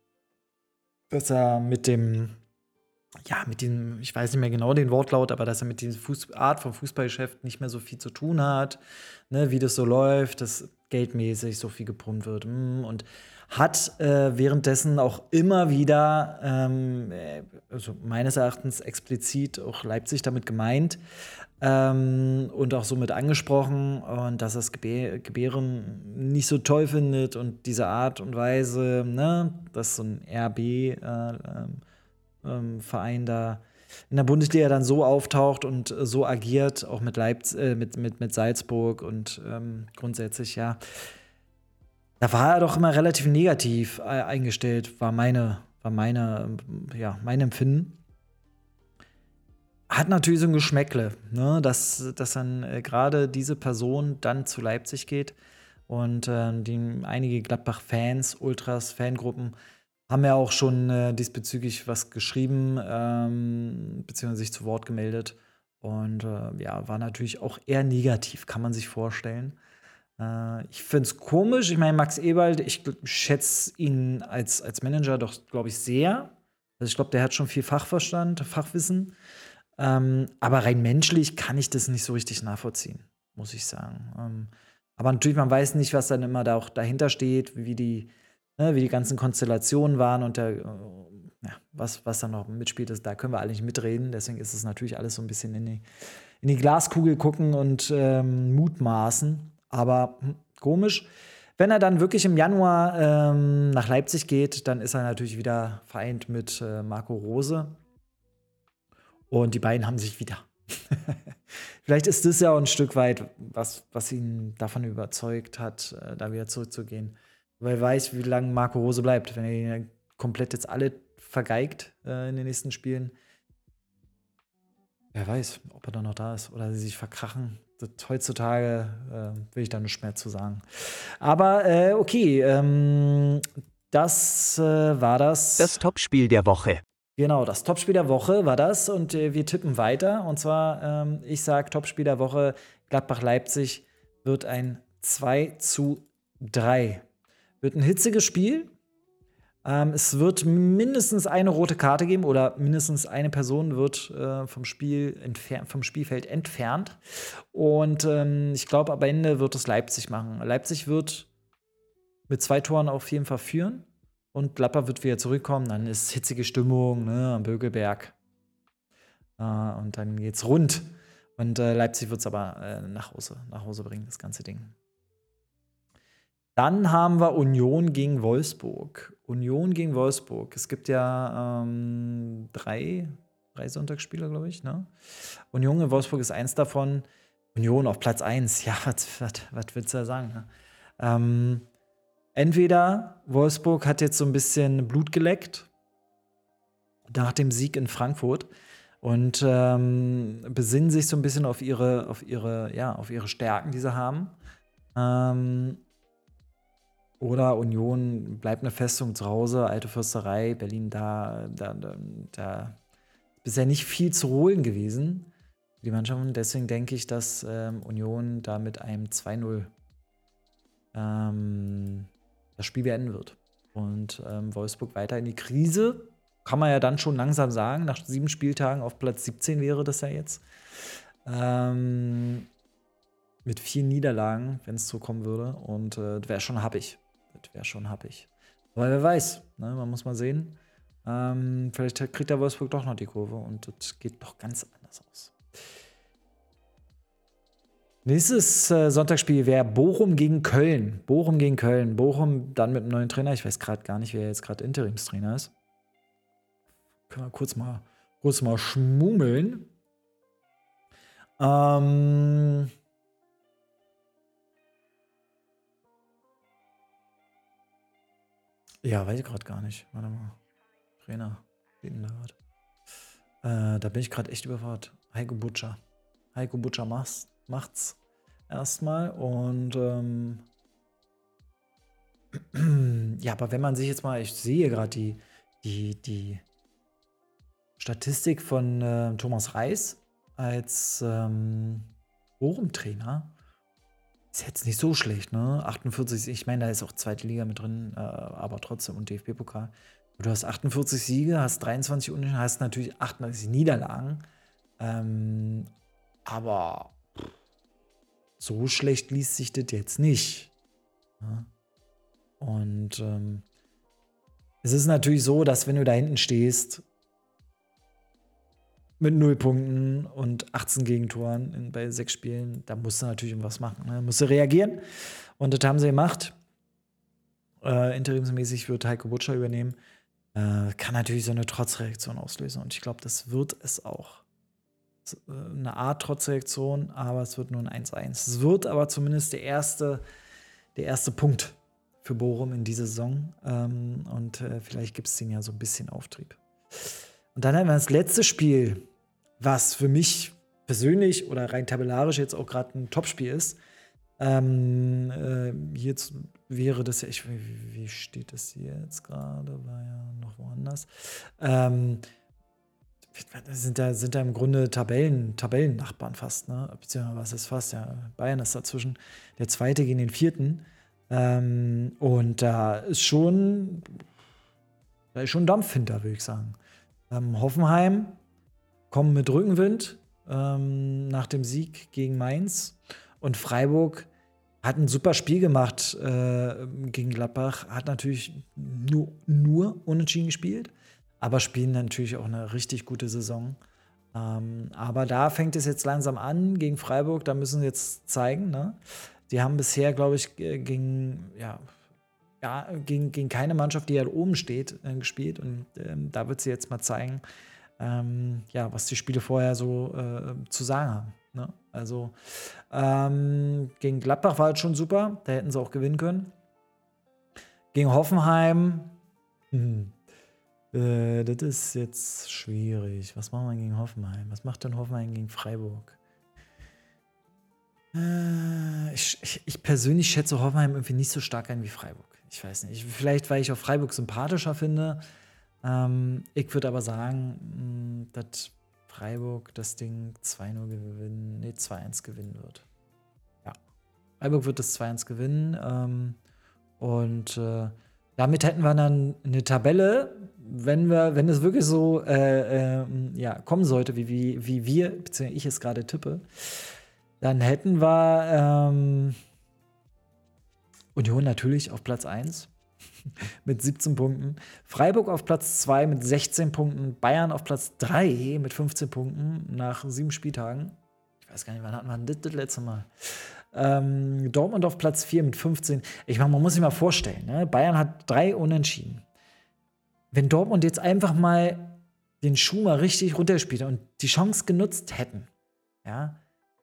dass er mit dem, ja, mit dem, ich weiß nicht mehr genau den Wortlaut, aber dass er mit dieser Fuß Art vom Fußballgeschäft nicht mehr so viel zu tun hat, ne, wie das so läuft, dass geldmäßig so viel gepumpt wird. mm, Und hat äh, währenddessen auch immer wieder, ähm, äh, also meines Erachtens explizit auch Leipzig damit gemeint, ähm, und auch so mit angesprochen und dass er das Gebä Gebären nicht so toll findet und diese Art und Weise, ne, dass so ein R B äh, ähm, ähm, Verein da in der Bundesliga dann so auftaucht und äh, so agiert, auch mit Leipzig, äh, mit, mit, mit Salzburg und ähm, grundsätzlich, ja. Da war er doch immer relativ negativ äh, eingestellt, war meine, war meine, ähm, ja, mein Empfinden. Hat natürlich so ein Geschmäckle, ne, dass, dass dann äh, gerade diese Person dann zu Leipzig geht. Und äh, die, einige Gladbach-Fans, Ultras, Fangruppen haben ja auch schon äh, diesbezüglich was geschrieben, ähm, beziehungsweise sich zu Wort gemeldet. Und äh, ja, war natürlich auch eher negativ, kann man sich vorstellen. Äh, ich finde es komisch. Ich meine, Max Eberl, ich schätze ihn als, als Manager doch, glaube ich, sehr. Also ich glaube, der hat schon viel Fachverstand, Fachwissen. Ähm, aber rein menschlich kann ich das nicht so richtig nachvollziehen, muss ich sagen. Ähm, aber natürlich, man weiß nicht, was dann immer da auch dahinter steht, wie die, ne, wie die ganzen Konstellationen waren und der, äh, ja, was, was dann noch mitspielt, ist, da können wir alle nicht mitreden. Deswegen ist es natürlich alles so ein bisschen in die, in die Glaskugel gucken und ähm, mutmaßen. Aber hm, komisch. Wenn er dann wirklich im Januar ähm, nach Leipzig geht, dann ist er natürlich wieder vereint mit äh, Marco Rose. Und die beiden haben sich wieder. Vielleicht ist das ja auch ein Stück weit, was, was ihn davon überzeugt hat, äh, da wieder zurückzugehen. Weil er weiß, wie lange Marco Rose bleibt. Wenn er ihn komplett jetzt alle vergeigt äh, in den nächsten Spielen, wer weiß, ob er dann noch da ist oder sie sich verkrachen. Das, heutzutage äh, will ich da nichts mehr zu sagen. Aber äh, okay, ähm, das äh, war das. Das Topspiel der Woche. Genau, das Topspiel der Woche war das und äh, wir tippen weiter. Und zwar, ähm, ich sage, Topspiel der Woche Gladbach-Leipzig wird ein zwei zu drei. Wird ein hitziges Spiel. Ähm, es wird mindestens eine rote Karte geben oder mindestens eine Person wird äh, vom, Spiel entfer- vom Spielfeld entfernt. Und ähm, ich glaube, am Ende wird es Leipzig machen. Leipzig wird mit zwei Toren auf jeden Fall führen. Und Gladbach wird wieder zurückkommen. Dann ist hitzige Stimmung, ne, am Bögelberg. Äh, und dann geht's rund. Und äh, Leipzig wird es aber äh, nach Hause, nach Hause bringen, das ganze Ding. Dann haben wir Union gegen Wolfsburg. Union gegen Wolfsburg. Es gibt ja ähm, drei, drei Sonntagsspiele, glaube ich. Ne? Union gegen Wolfsburg ist eins davon. Union auf Platz eins. Ja, was willst du da sagen? Ne? Ähm, entweder Wolfsburg hat jetzt so ein bisschen Blut geleckt nach dem Sieg in Frankfurt und ähm, besinnen sich so ein bisschen auf ihre, auf ihre, ja, auf ihre Stärken, die sie haben. Ähm, Oder Union bleibt eine Festung zu Hause, alte Fürsterei, Berlin, da, da, da, da ist bisher nicht viel zu holen gewesen für die Mannschaft. Und deswegen denke ich, dass ähm, Union da mit einem zwei null ähm, das Spiel beenden wird. Und ähm, Wolfsburg weiter in die Krise. Kann man ja dann schon langsam sagen, nach sieben Spieltagen auf Platz siebzehn wäre das ja jetzt. Ähm, mit vier Niederlagen, wenn es so kommen würde. Und äh, das wäre schon happig. Das wäre schon happig. Aber wer weiß, ne? Man muss mal sehen. Ähm, vielleicht kriegt der Wolfsburg doch noch die Kurve und das geht doch ganz anders aus. Nächstes äh, Sonntagsspiel wäre Bochum gegen Köln. Bochum gegen Köln. Bochum dann mit einem neuen Trainer. Ich weiß gerade gar nicht, wer jetzt gerade Interimstrainer ist. Können wir kurz mal, kurz mal schmummeln. Ähm. Ja, weiß ich gerade gar nicht. Warte mal. Trainer. Steht denn da gerade? Äh, da bin ich gerade echt überfordert. Heiko Butscher. Heiko Butscher macht's, macht's erstmal. Und ähm, ja, aber wenn man sich jetzt mal, ich sehe gerade die, die, die Statistik von äh, Thomas Reis als ähm, Bochum-Trainer. Ist jetzt nicht so schlecht, ne? achtundvierzig, ich meine, da ist auch zweite Liga mit drin, äh, aber trotzdem und D F B-Pokal. Du hast achtundvierzig Siege, hast dreiundzwanzig Unentschieden, hast natürlich achtunddreißig Niederlagen. Ähm, aber so schlecht liest sich das jetzt nicht. Ja? Und ähm, es ist natürlich so, dass wenn du da hinten stehst mit null Punkten und achtzehn Gegentoren in, bei sechs Spielen, da musst du natürlich irgendwas machen. Ne? Musst du reagieren. Und das haben sie gemacht. Äh, interimsmäßig wird Heiko Butscher übernehmen. Äh, kann natürlich so eine Trotzreaktion auslösen. Und ich glaube, das wird es auch. Eine Art Trotzreaktion, aber es wird nur ein eins eins. Es wird aber zumindest der erste, der erste Punkt für Bochum in dieser Saison. Ähm, und äh, vielleicht gibt es den ja so ein bisschen Auftrieb. Und dann haben wir das letzte Spiel, was für mich persönlich oder rein tabellarisch jetzt auch gerade ein Topspiel ist. Ähm, äh, jetzt wäre das ja, ich, wie, wie steht das hier jetzt gerade? War ja noch woanders. Ähm, sind da, sind da im Grunde Tabellen, Tabellennachbarn fast, ne? Beziehungsweise was ist fast, ja, Bayern ist dazwischen. Der zweite gegen den vierten. Ähm, und da ist schon, da ist schon Dampf hinter, würde ich sagen. Ähm, Hoffenheim kommen mit Rückenwind ähm, nach dem Sieg gegen Mainz. Und Freiburg hat ein super Spiel gemacht äh, gegen Gladbach, hat natürlich nur, nur unentschieden gespielt, aber spielen natürlich auch eine richtig gute Saison. Ähm, aber da fängt es jetzt langsam an gegen Freiburg, da müssen sie jetzt zeigen. Ne? Die haben bisher, glaube ich, gegen, ja, ja, gegen, gegen keine Mannschaft, die halt oben steht, äh, gespielt. Und ähm, da wird sie jetzt mal zeigen, ähm, ja, was die Spiele vorher so äh, zu sagen haben. Ne? Also ähm, gegen Gladbach war halt schon super, da hätten sie auch gewinnen können. Gegen Hoffenheim, hm, äh, das ist jetzt schwierig. Was machen wir gegen Hoffenheim? Was macht denn Hoffenheim gegen Freiburg? Äh, ich, ich, ich persönlich schätze Hoffenheim irgendwie nicht so stark ein wie Freiburg. Ich weiß nicht. Vielleicht, weil ich auch Freiburg sympathischer finde. Ähm, ich würde aber sagen, mh, dass Freiburg das Ding zwei null gewinnen, nee, zwei eins gewinnen wird. Ja. Freiburg wird das zwei eins gewinnen. Ähm, und äh, damit hätten wir dann eine Tabelle, wenn wir, wenn es wirklich so äh, äh, ja, kommen sollte, wie, wie, wie wir, beziehungsweise ich es gerade tippe, dann hätten wir ähm, Union natürlich auf Platz eins mit siebzehn Punkten, Freiburg auf Platz zwei mit sechzehn Punkten, Bayern auf Platz drei mit fünfzehn Punkten nach sieben Spieltagen. Ich weiß gar nicht, wann hatten wir das, das letzte Mal? Ähm, Dortmund auf Platz vier mit fünfzehn. Ich meine, man muss sich mal vorstellen, ne? Bayern hat drei Unentschieden. Wenn Dortmund jetzt einfach mal den Schuh mal richtig runterspielt und die Chance genutzt hätten, ja,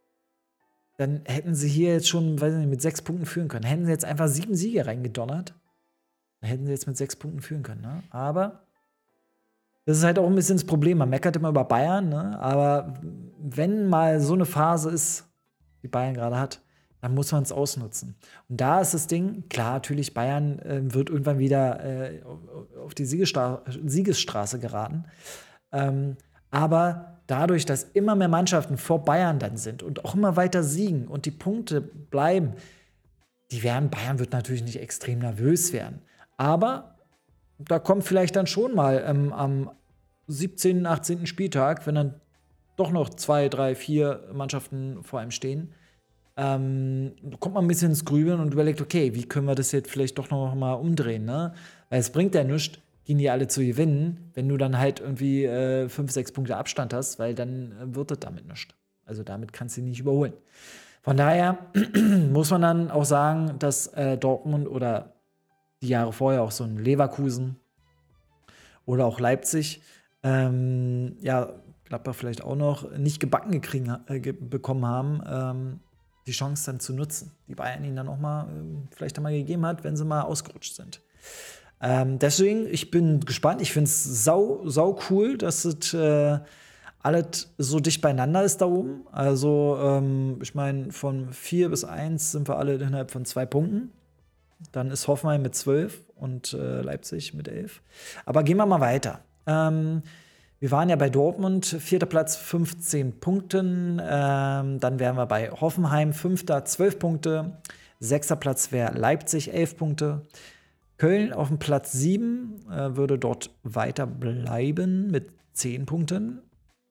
dann hätten sie hier jetzt schon, weiß ich nicht, mit sechs Punkten führen können. Hätten sie jetzt einfach sieben Siege reingedonnert, dann hätten sie jetzt mit sechs Punkten führen können. Ne? Aber das ist halt auch ein bisschen das Problem. Man meckert immer über Bayern, ne? Aber wenn mal so eine Phase ist, wie Bayern gerade hat, dann muss man es ausnutzen. Und da ist das Ding, klar, natürlich, Bayern äh, wird irgendwann wieder äh, auf die Siegestra- Siegesstraße geraten. Ähm, aber dadurch, dass immer mehr Mannschaften vor Bayern dann sind und auch immer weiter siegen und die Punkte bleiben, die werden, Bayern wird natürlich nicht extrem nervös werden. Aber da kommt vielleicht dann schon mal ähm, am siebzehnten, achtzehnten Spieltag, wenn dann doch noch zwei, drei, vier Mannschaften vor einem stehen, ähm, kommt man ein bisschen ins Grübeln und überlegt, okay, wie können wir das jetzt vielleicht doch noch mal umdrehen, ne? Weil es bringt ja nichts, gegen die alle zu gewinnen, wenn du dann halt irgendwie äh, fünf, sechs Punkte Abstand hast, weil dann äh, wird das damit nichts. Also damit kannst du ihn nicht überholen. Von daher muss man dann auch sagen, dass äh, Dortmund oder die Jahre vorher auch so ein Leverkusen oder auch Leipzig, ähm, ja, Gladbach vielleicht auch noch, nicht gebacken gekriegen, äh, ge- bekommen haben, ähm, die Chance dann zu nutzen, die Bayern ihnen dann auch mal äh, vielleicht einmal gegeben hat, wenn sie mal ausgerutscht sind. Ähm, deswegen, ich bin gespannt. Ich finde es sau, sau cool, dass es äh, alles so dicht beieinander ist da oben. Also, ähm, ich meine, von vier bis eins sind wir alle innerhalb von zwei Punkten. Dann ist Hoffenheim mit zwölf und äh, Leipzig mit elf. Aber gehen wir mal weiter. Ähm, wir waren ja bei Dortmund, vierter Platz, fünfzehn Punkten. Ähm, dann wären wir bei Hoffenheim, fünfter, zwölf Punkte. Sechster Platz wäre Leipzig, elf Punkte. Köln auf dem Platz sieben, äh, würde dort weiter bleiben mit zehn Punkten.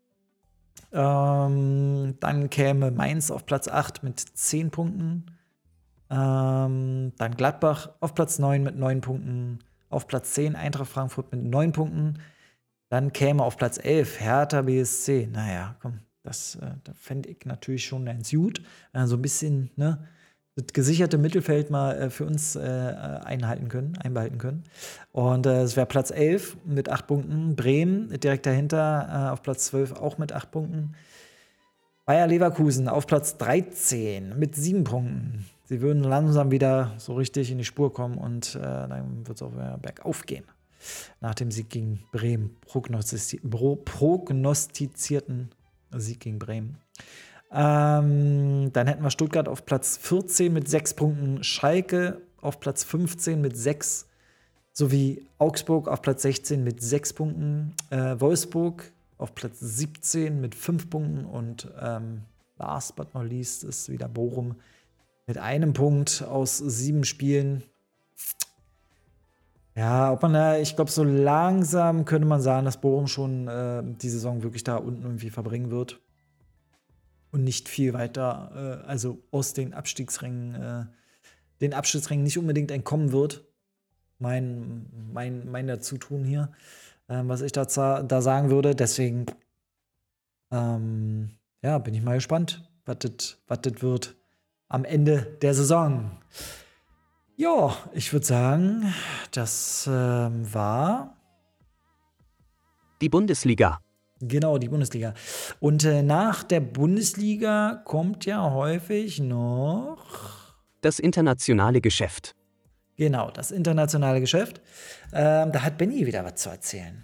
Ähm, dann käme Mainz auf Platz acht mit zehn Punkten. Ähm, dann Gladbach auf Platz neun mit neun Punkten. Auf Platz zehn Eintracht Frankfurt mit neun Punkten. Dann käme auf Platz elf Hertha B S C. Naja, komm, das, äh, das fände ich natürlich schon ganz gut. Äh, so ein bisschen, ne? Das gesicherte Mittelfeld mal äh, für uns äh, einhalten können, einbehalten können. Und äh, es wäre Platz elf mit acht Punkten. Bremen direkt dahinter äh, auf Platz zwölf auch mit acht Punkten. Bayer Leverkusen auf Platz dreizehn mit sieben Punkten. Sie würden langsam wieder so richtig in die Spur kommen und äh, dann wird es auch wieder bergauf gehen. Nach dem Sieg gegen Bremen, prognostizi- pro- prognostizierten Sieg gegen Bremen. Ähm, dann hätten wir Stuttgart auf Platz vierzehn mit sechs Punkten, Schalke auf Platz fünfzehn mit sechs, sowie Augsburg auf Platz sechzehn mit sechs Punkten, äh, Wolfsburg auf Platz siebzehn mit fünf Punkten und ähm, last but not least ist wieder Bochum mit einem Punkt aus sieben Spielen. Ja, ob man da, ich glaube, so langsam könnte man sagen, dass Bochum schon äh, die Saison wirklich da unten irgendwie verbringen wird. Und nicht viel weiter, äh, also aus den Abstiegsrängen, äh, den Abstiegsrängen nicht unbedingt entkommen wird. Mein, mein, mein Dazutun hier, äh, was ich da, da sagen würde. Deswegen, ähm, ja, bin ich mal gespannt, was das wird am Ende der Saison. Ja, ich würde sagen, das äh, war Die Bundesliga. Genau, die Bundesliga. Und äh, nach der Bundesliga kommt ja häufig noch Das internationale Geschäft. genau, das internationale Geschäft. Ähm, da hat Benny wieder was zu erzählen.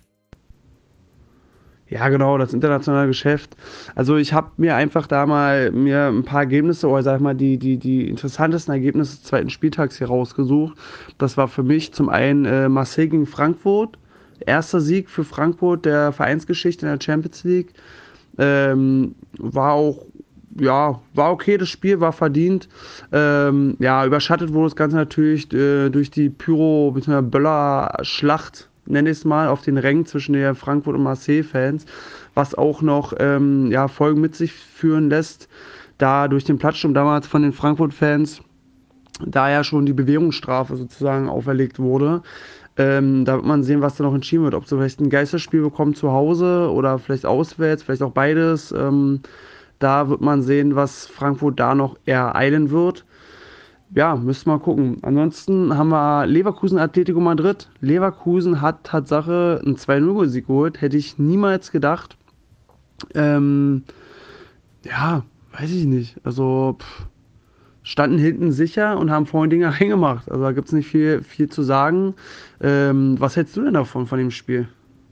Ja, genau, das internationale Geschäft. Also ich habe mir einfach da mal mir ein paar Ergebnisse oder sag ich mal die, die, die interessantesten Ergebnisse des zweiten Spieltags hier rausgesucht. Das war für mich zum einen äh, Marseille gegen Frankfurt Erster Sieg für Frankfurt der Vereinsgeschichte in der Champions League. Ähm, war auch, ja, war okay, das Spiel war verdient. Ähm, ja, überschattet wurde das Ganze natürlich äh, durch die Pyro- bzw. Böller-Schlacht, nenne ich es mal, auf den Rängen zwischen den Frankfurt- und Marseille-Fans, was auch noch ähm, ja, Folgen mit sich führen lässt, da durch den Platzsturm damals von den Frankfurt-Fans da ja schon die Bewährungsstrafe sozusagen auferlegt wurde. Ähm, da wird man sehen, was da noch entschieden wird. Ob sie vielleicht ein Geisterspiel bekommen zu Hause oder vielleicht auswärts, vielleicht auch beides. Ähm, da wird man sehen, was Frankfurt da noch ereilen wird. Ja, müssen wir mal gucken. Ansonsten haben wir Leverkusen Atletico Madrid. Leverkusen hat Tatsache einen zwei null Sieg geholt. Hätte ich niemals gedacht. Ähm, ja, weiß ich nicht. Also, pff, standen hinten sicher und haben vorhin Dinge reingemacht. Also da gibt es nicht viel, viel zu sagen. Ähm, was hältst du denn davon, von dem Spiel?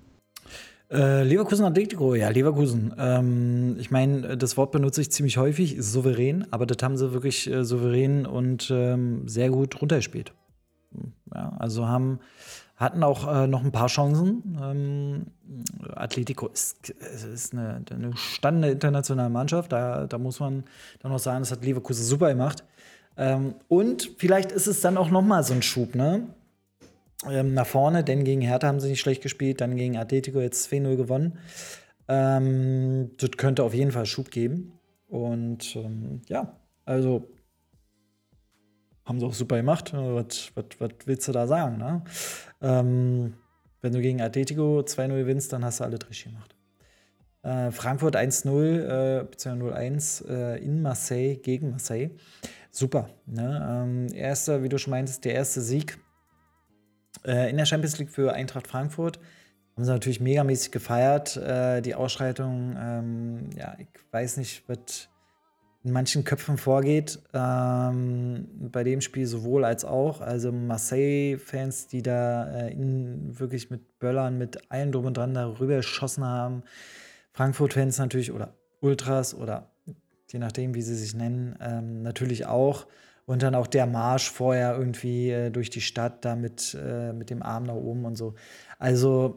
Äh, Leverkusen Atletico, ja, Leverkusen. Ähm, ich meine, das Wort benutze ich ziemlich häufig, souverän, aber das haben sie wirklich äh, souverän und ähm, sehr gut runtergespielt. Ja, also haben, hatten auch äh, noch ein paar Chancen. Ähm, Atletico ist, ist eine, eine gestandene internationale Mannschaft. Da, da muss man dann noch sagen, das hat Leverkusen super gemacht. Ähm, und vielleicht ist es dann auch noch mal so ein Schub, ne? Ähm, nach vorne, denn gegen Hertha haben sie nicht schlecht gespielt, dann gegen Atletico jetzt zwei null gewonnen. Ähm, das könnte auf jeden Fall Schub geben. Und ähm, ja, also haben sie auch super gemacht. Was, was, was willst du da sagen, ne? Ähm, wenn du gegen Atletico zwei null gewinnst, dann hast du alle richtig gemacht. Äh, Frankfurt eins null, äh, beziehungsweise null eins äh, in Marseille gegen Marseille. Super. Ne? Ähm, erster, wie du schon meintest, der erste Sieg äh, in der Champions League für Eintracht Frankfurt. Haben sie natürlich megamäßig gefeiert. Äh, die Ausschreitung, ähm, ja, ich weiß nicht, was in manchen Köpfen vorgeht. Ähm, bei dem Spiel sowohl als auch. Also Marseille-Fans, die da äh, in, wirklich mit Böllern, mit allem drum und dran darüber geschossen haben. Frankfurt-Fans natürlich oder Ultras oder je nachdem, wie sie sich nennen, ähm, natürlich auch. Und dann auch der Marsch vorher irgendwie äh, durch die Stadt, da mit, äh, mit dem Arm nach oben und so. Also,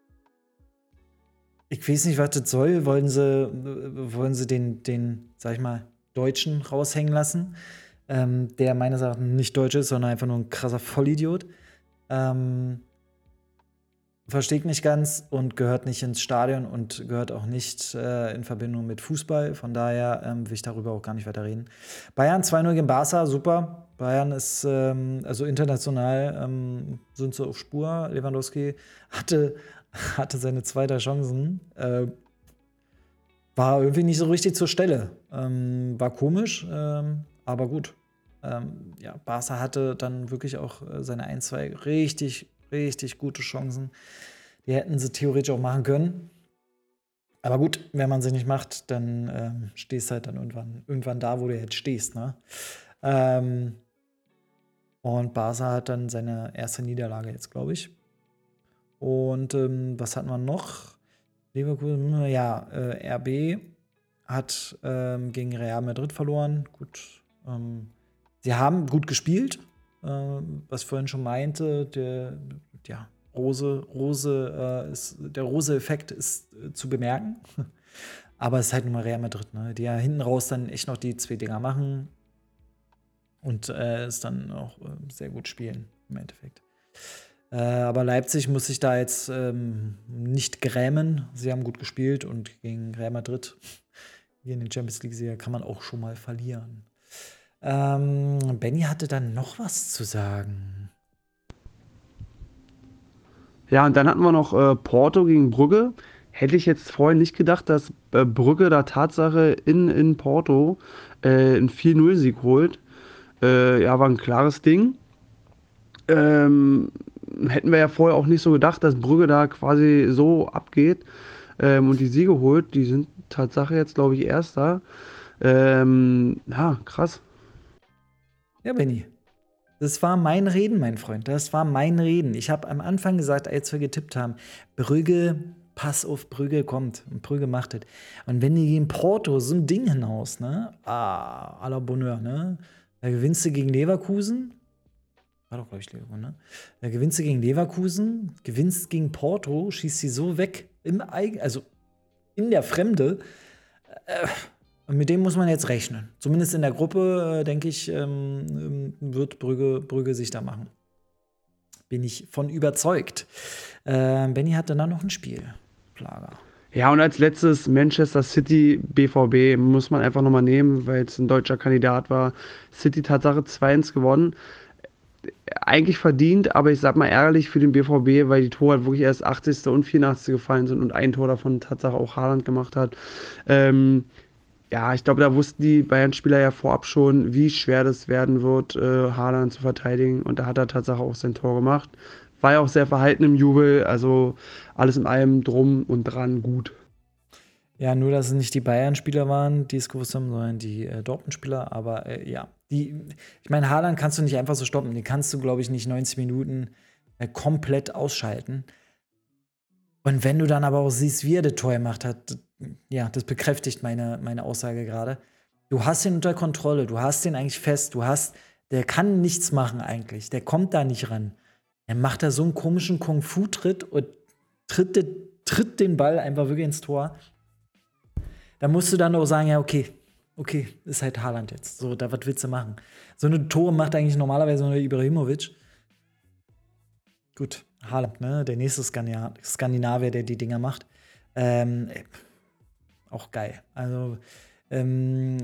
ich weiß nicht, was das soll. Wollen sie, äh, wollen sie den, den, sag ich mal, Deutschen raushängen lassen, ähm, der meines Erachtens nicht Deutsch ist, sondern einfach nur ein krasser Vollidiot. Ähm, Versteht nicht ganz und gehört nicht ins Stadion und gehört auch nicht äh, in Verbindung mit Fußball. Von daher ähm, will ich darüber auch gar nicht weiter reden. Bayern zwei null gegen Barca, super. Bayern ist, ähm, also international ähm, sind sie auf Spur. Lewandowski hatte, hatte seine zwei, drei Chancen. Äh, war irgendwie nicht so richtig zur Stelle. Ähm, war komisch, ähm, aber gut. Ähm, ja, Barca hatte dann wirklich auch äh, seine ein, zwei richtig, richtig gute Chancen. Die hätten sie theoretisch auch machen können. Aber gut, wenn man sie nicht macht, dann ähm, stehst du halt dann irgendwann, irgendwann da, wo du jetzt stehst. Ne? Ähm, und Barca hat dann seine erste Niederlage jetzt, glaube ich. Und ähm, was hatten wir noch? Leverkusen, ja, äh, R B hat ähm, gegen Real Madrid verloren. Gut, ähm, sie haben gut gespielt, äh, was ich vorhin schon meinte. Der, ja, Rose, Rose äh, ist, der Rose-Effekt ist äh, zu bemerken. Aber es ist halt nur mal Real Madrid, ne? Die ja hinten raus dann echt noch die zwei Dinger machen und äh, es dann auch äh, sehr gut spielen im Endeffekt. Äh, aber Leipzig muss sich da jetzt ähm, nicht grämen. Sie haben gut gespielt und gegen Real Madrid hier in den Champions League-Sieger kann man auch schon mal verlieren. Ähm, Benny hatte dann noch was zu sagen. Ja, und dann hatten wir noch äh, Porto gegen Brügge. Hätte ich jetzt vorhin nicht gedacht, dass äh, Brügge da Tatsache in, in Porto äh, einen vier null Sieg holt. Äh, ja, war ein klares Ding. Ähm, hätten wir ja vorher auch nicht so gedacht, dass Brügge da quasi so abgeht ähm, und die Siege holt. Die sind Tatsache jetzt, glaube ich, Erster. Ähm, ja, krass. Ja, Benny. Das war mein Reden, mein Freund. Das war mein Reden. Ich habe am Anfang gesagt, als wir getippt haben, Brügge, pass auf, Brügge kommt. Und Brügge macht es. Und wenn die gegen Porto so ein Ding hinaus, ne? Ah, à la Bonheur, ne? Da gewinnst du gegen Leverkusen. War doch, glaube ich, Leverkusen, ne? Da gewinnst du gegen Leverkusen, gewinnst gegen Porto, schießt sie so weg, im Eigen, also in der Fremde. Äh, und mit dem muss man jetzt rechnen. Zumindest in der Gruppe, äh, denke ich, ähm, wird Brügge, Brügge sich da machen. Bin ich von überzeugt. Äh, Benny hat dann noch ein Spiel. Plager. Ja, und als letztes Manchester City B V B muss man einfach nochmal nehmen, weil es ein deutscher Kandidat war. City Tatsache zwei eins gewonnen. Eigentlich verdient, aber ich sag mal ehrlich für den B V B, weil die Tore halt wirklich erst achtzigste und vierundachtzigste gefallen sind und ein Tor davon Tatsache auch Haaland gemacht hat. Ähm, ja, ich glaube, da wussten die Bayern-Spieler ja vorab schon, wie schwer das werden wird, äh, Haaland zu verteidigen. Und da hat er Tatsache auch sein Tor gemacht. War ja auch sehr verhalten im Jubel, also alles in allem drum und dran gut. Ja, nur, dass es nicht die Bayern-Spieler waren, die es gewusst haben, sondern die äh, Dortmund-Spieler. Aber äh, ja, die, ich meine, Haaland kannst du nicht einfach so stoppen. Den kannst du, glaube ich, nicht neunzig Minuten äh, komplett ausschalten. Und wenn du dann aber auch siehst, wie er das Tor gemacht hat, ja, das bekräftigt meine, meine Aussage gerade. Du hast ihn unter Kontrolle, du hast ihn eigentlich fest, du hast, der kann nichts machen eigentlich, der kommt da nicht ran. Er macht da so einen komischen Kung-Fu-Tritt und tritt, de, tritt den Ball einfach wirklich ins Tor. Da musst du dann auch sagen, ja, okay, okay, ist halt Haaland jetzt. So, da was willst du machen? So eine Tore macht eigentlich normalerweise nur Ibrahimovic. Gut, Haaland, ne? Der nächste Skandina- Skandinavier, der die Dinger macht. Ähm, ey, auch geil. Also, ähm,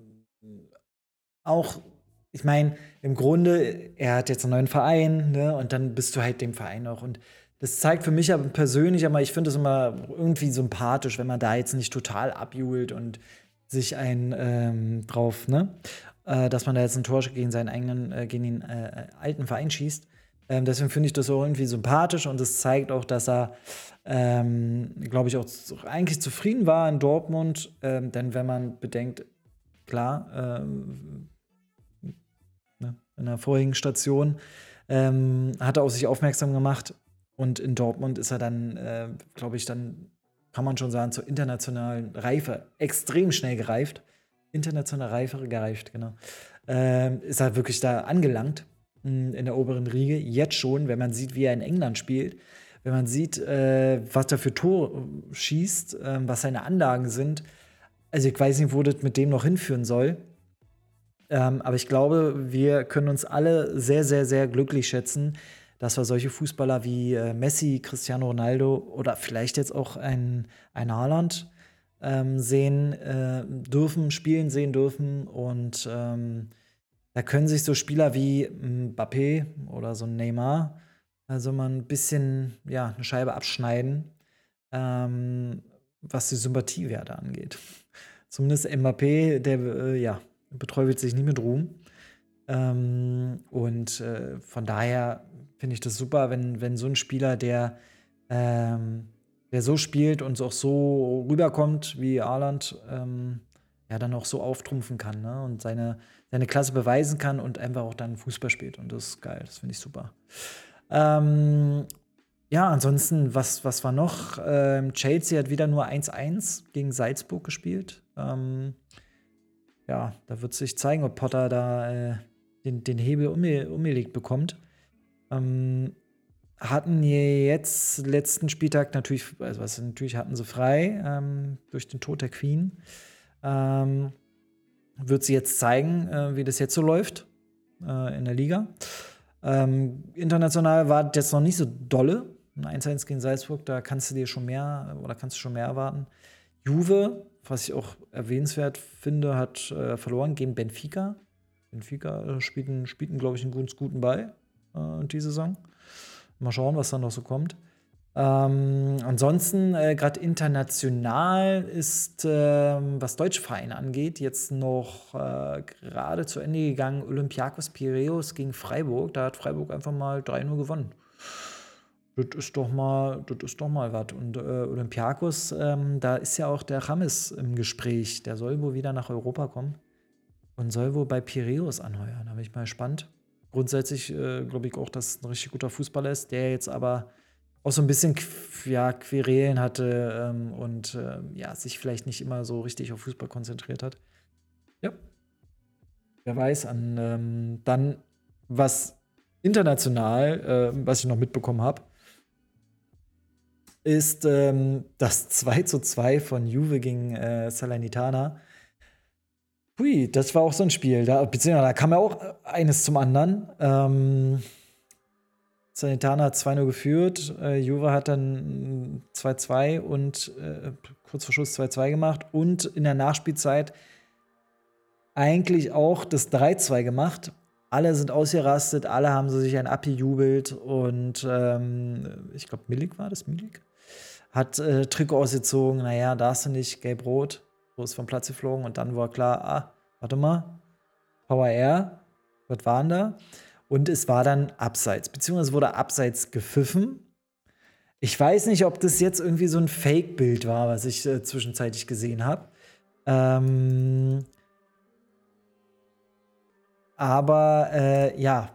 auch, ich meine, im Grunde, er hat jetzt einen neuen Verein, ne? Und dann bist du halt dem Verein auch. Und das zeigt für mich aber persönlich, aber ich finde es immer irgendwie sympathisch, wenn man da jetzt nicht total abjubelt und sich ein ähm, drauf, ne? Äh, dass man da jetzt ein Tor gegen seinen eigenen, äh, gegen den äh, alten Verein schießt. Ähm, deswegen finde ich das auch irgendwie sympathisch und es zeigt auch, dass er, ähm, glaube ich, auch eigentlich zufrieden war in Dortmund. Ähm, denn wenn man bedenkt, klar, ähm, ne, in der vorigen Station ähm, hat er auf sich aufmerksam gemacht und in Dortmund ist er dann, äh, glaube ich, dann kann man schon sagen, zur internationalen Reife extrem schnell gereift. International Reife gereift, genau. Ähm, ist er wirklich da angelangt in der oberen Riege, jetzt schon, wenn man sieht, wie er in England spielt, wenn man sieht, äh, was er für Tor schießt, äh, was seine Anlagen sind. Also ich weiß nicht, wo das mit dem noch hinführen soll. Ähm, aber ich glaube, wir können uns alle sehr, sehr, sehr glücklich schätzen, dass wir solche Fußballer wie äh, Messi, Cristiano Ronaldo oder vielleicht jetzt auch ein, ein Haaland ähm, sehen äh, dürfen, spielen sehen dürfen und ähm, da können sich so Spieler wie Mbappé oder so ein Neymar also mal ein bisschen, ja, eine Scheibe abschneiden, ähm, was die Sympathiewerte angeht. Zumindest Mbappé, der, äh, ja, betäubelt sich nie mit Ruhm. Ähm, und äh, von daher finde ich das super, wenn, wenn so ein Spieler, der, ähm, der so spielt und auch so rüberkommt wie Haaland, ähm, ja, dann auch so auftrumpfen kann, ne? Und seine, seine Klasse beweisen kann und einfach auch dann Fußball spielt. Und das ist geil, das finde ich super. Ähm, ja, ansonsten, was, was war noch? Ähm, Chelsea hat wieder nur eins eins gegen Salzburg gespielt. Ähm, ja, da wird sich zeigen, ob Potter da äh, den, den Hebel umge umgelegt bekommt. Ähm, hatten jetzt letzten Spieltag natürlich, also was natürlich hatten sie frei ähm, durch den Tod der Queen. Ähm, wird sie jetzt zeigen, äh, wie das jetzt so läuft äh, in der Liga. Ähm, international war das jetzt noch nicht so dolle. Ein eins eins gegen Salzburg, da kannst du dir schon mehr oder kannst du schon mehr erwarten. Juve, was ich auch erwähnenswert finde, hat äh, verloren gegen Benfica. Benfica äh, spielten, spielten glaube ich, einen ganz guten Ball äh, die Saison. Mal schauen, was da noch so kommt. Ähm, ansonsten, äh, gerade international ist, ähm, was deutsche Vereine angeht, jetzt noch äh, gerade zu Ende gegangen Olympiakos Piräus gegen Freiburg. Da hat Freiburg einfach mal drei null gewonnen. Das ist doch mal, das ist doch mal was. Und äh, Olympiakos, ähm, da ist ja auch der Rames im Gespräch. Der soll wohl wieder nach Europa kommen und soll wohl bei Piräus anheuern. Da bin ich mal gespannt. Grundsätzlich äh, glaube ich auch, dass es ein richtig guter Fußballer ist, der jetzt aber auch so ein bisschen ja, Querelen hatte ähm, und äh, ja, sich vielleicht nicht immer so richtig auf Fußball konzentriert hat. Ja. Wer weiß, an, ähm, dann, was international, äh, was ich noch mitbekommen habe, ist ähm, das zwei zu zwei von Juve gegen äh, Salernitana. Hui, das war auch so ein Spiel. Da, beziehungsweise da kam ja auch eines zum anderen. Ähm, Salernitana hat zwei null geführt. Äh, Juve hat dann zwei zwei und äh, kurz vor Schluss zwei zwei gemacht. Und in der Nachspielzeit eigentlich auch das drei zwei gemacht. Alle sind ausgerastet, alle haben so sich ein abgejubelt. Und ähm, ich glaube, Milik war das, Milik? Hat äh, Trikot ausgezogen. Naja, darfst du nicht, gelb-rot. So ist vom Platz geflogen. Und dann war klar, ah, warte mal, V A R, was war denn da? Und es war dann abseits, beziehungsweise wurde abseits gepfiffen. Ich weiß nicht, ob das jetzt irgendwie so ein Fake-Bild war, was ich äh, zwischenzeitlich gesehen habe. Ähm, aber äh, ja,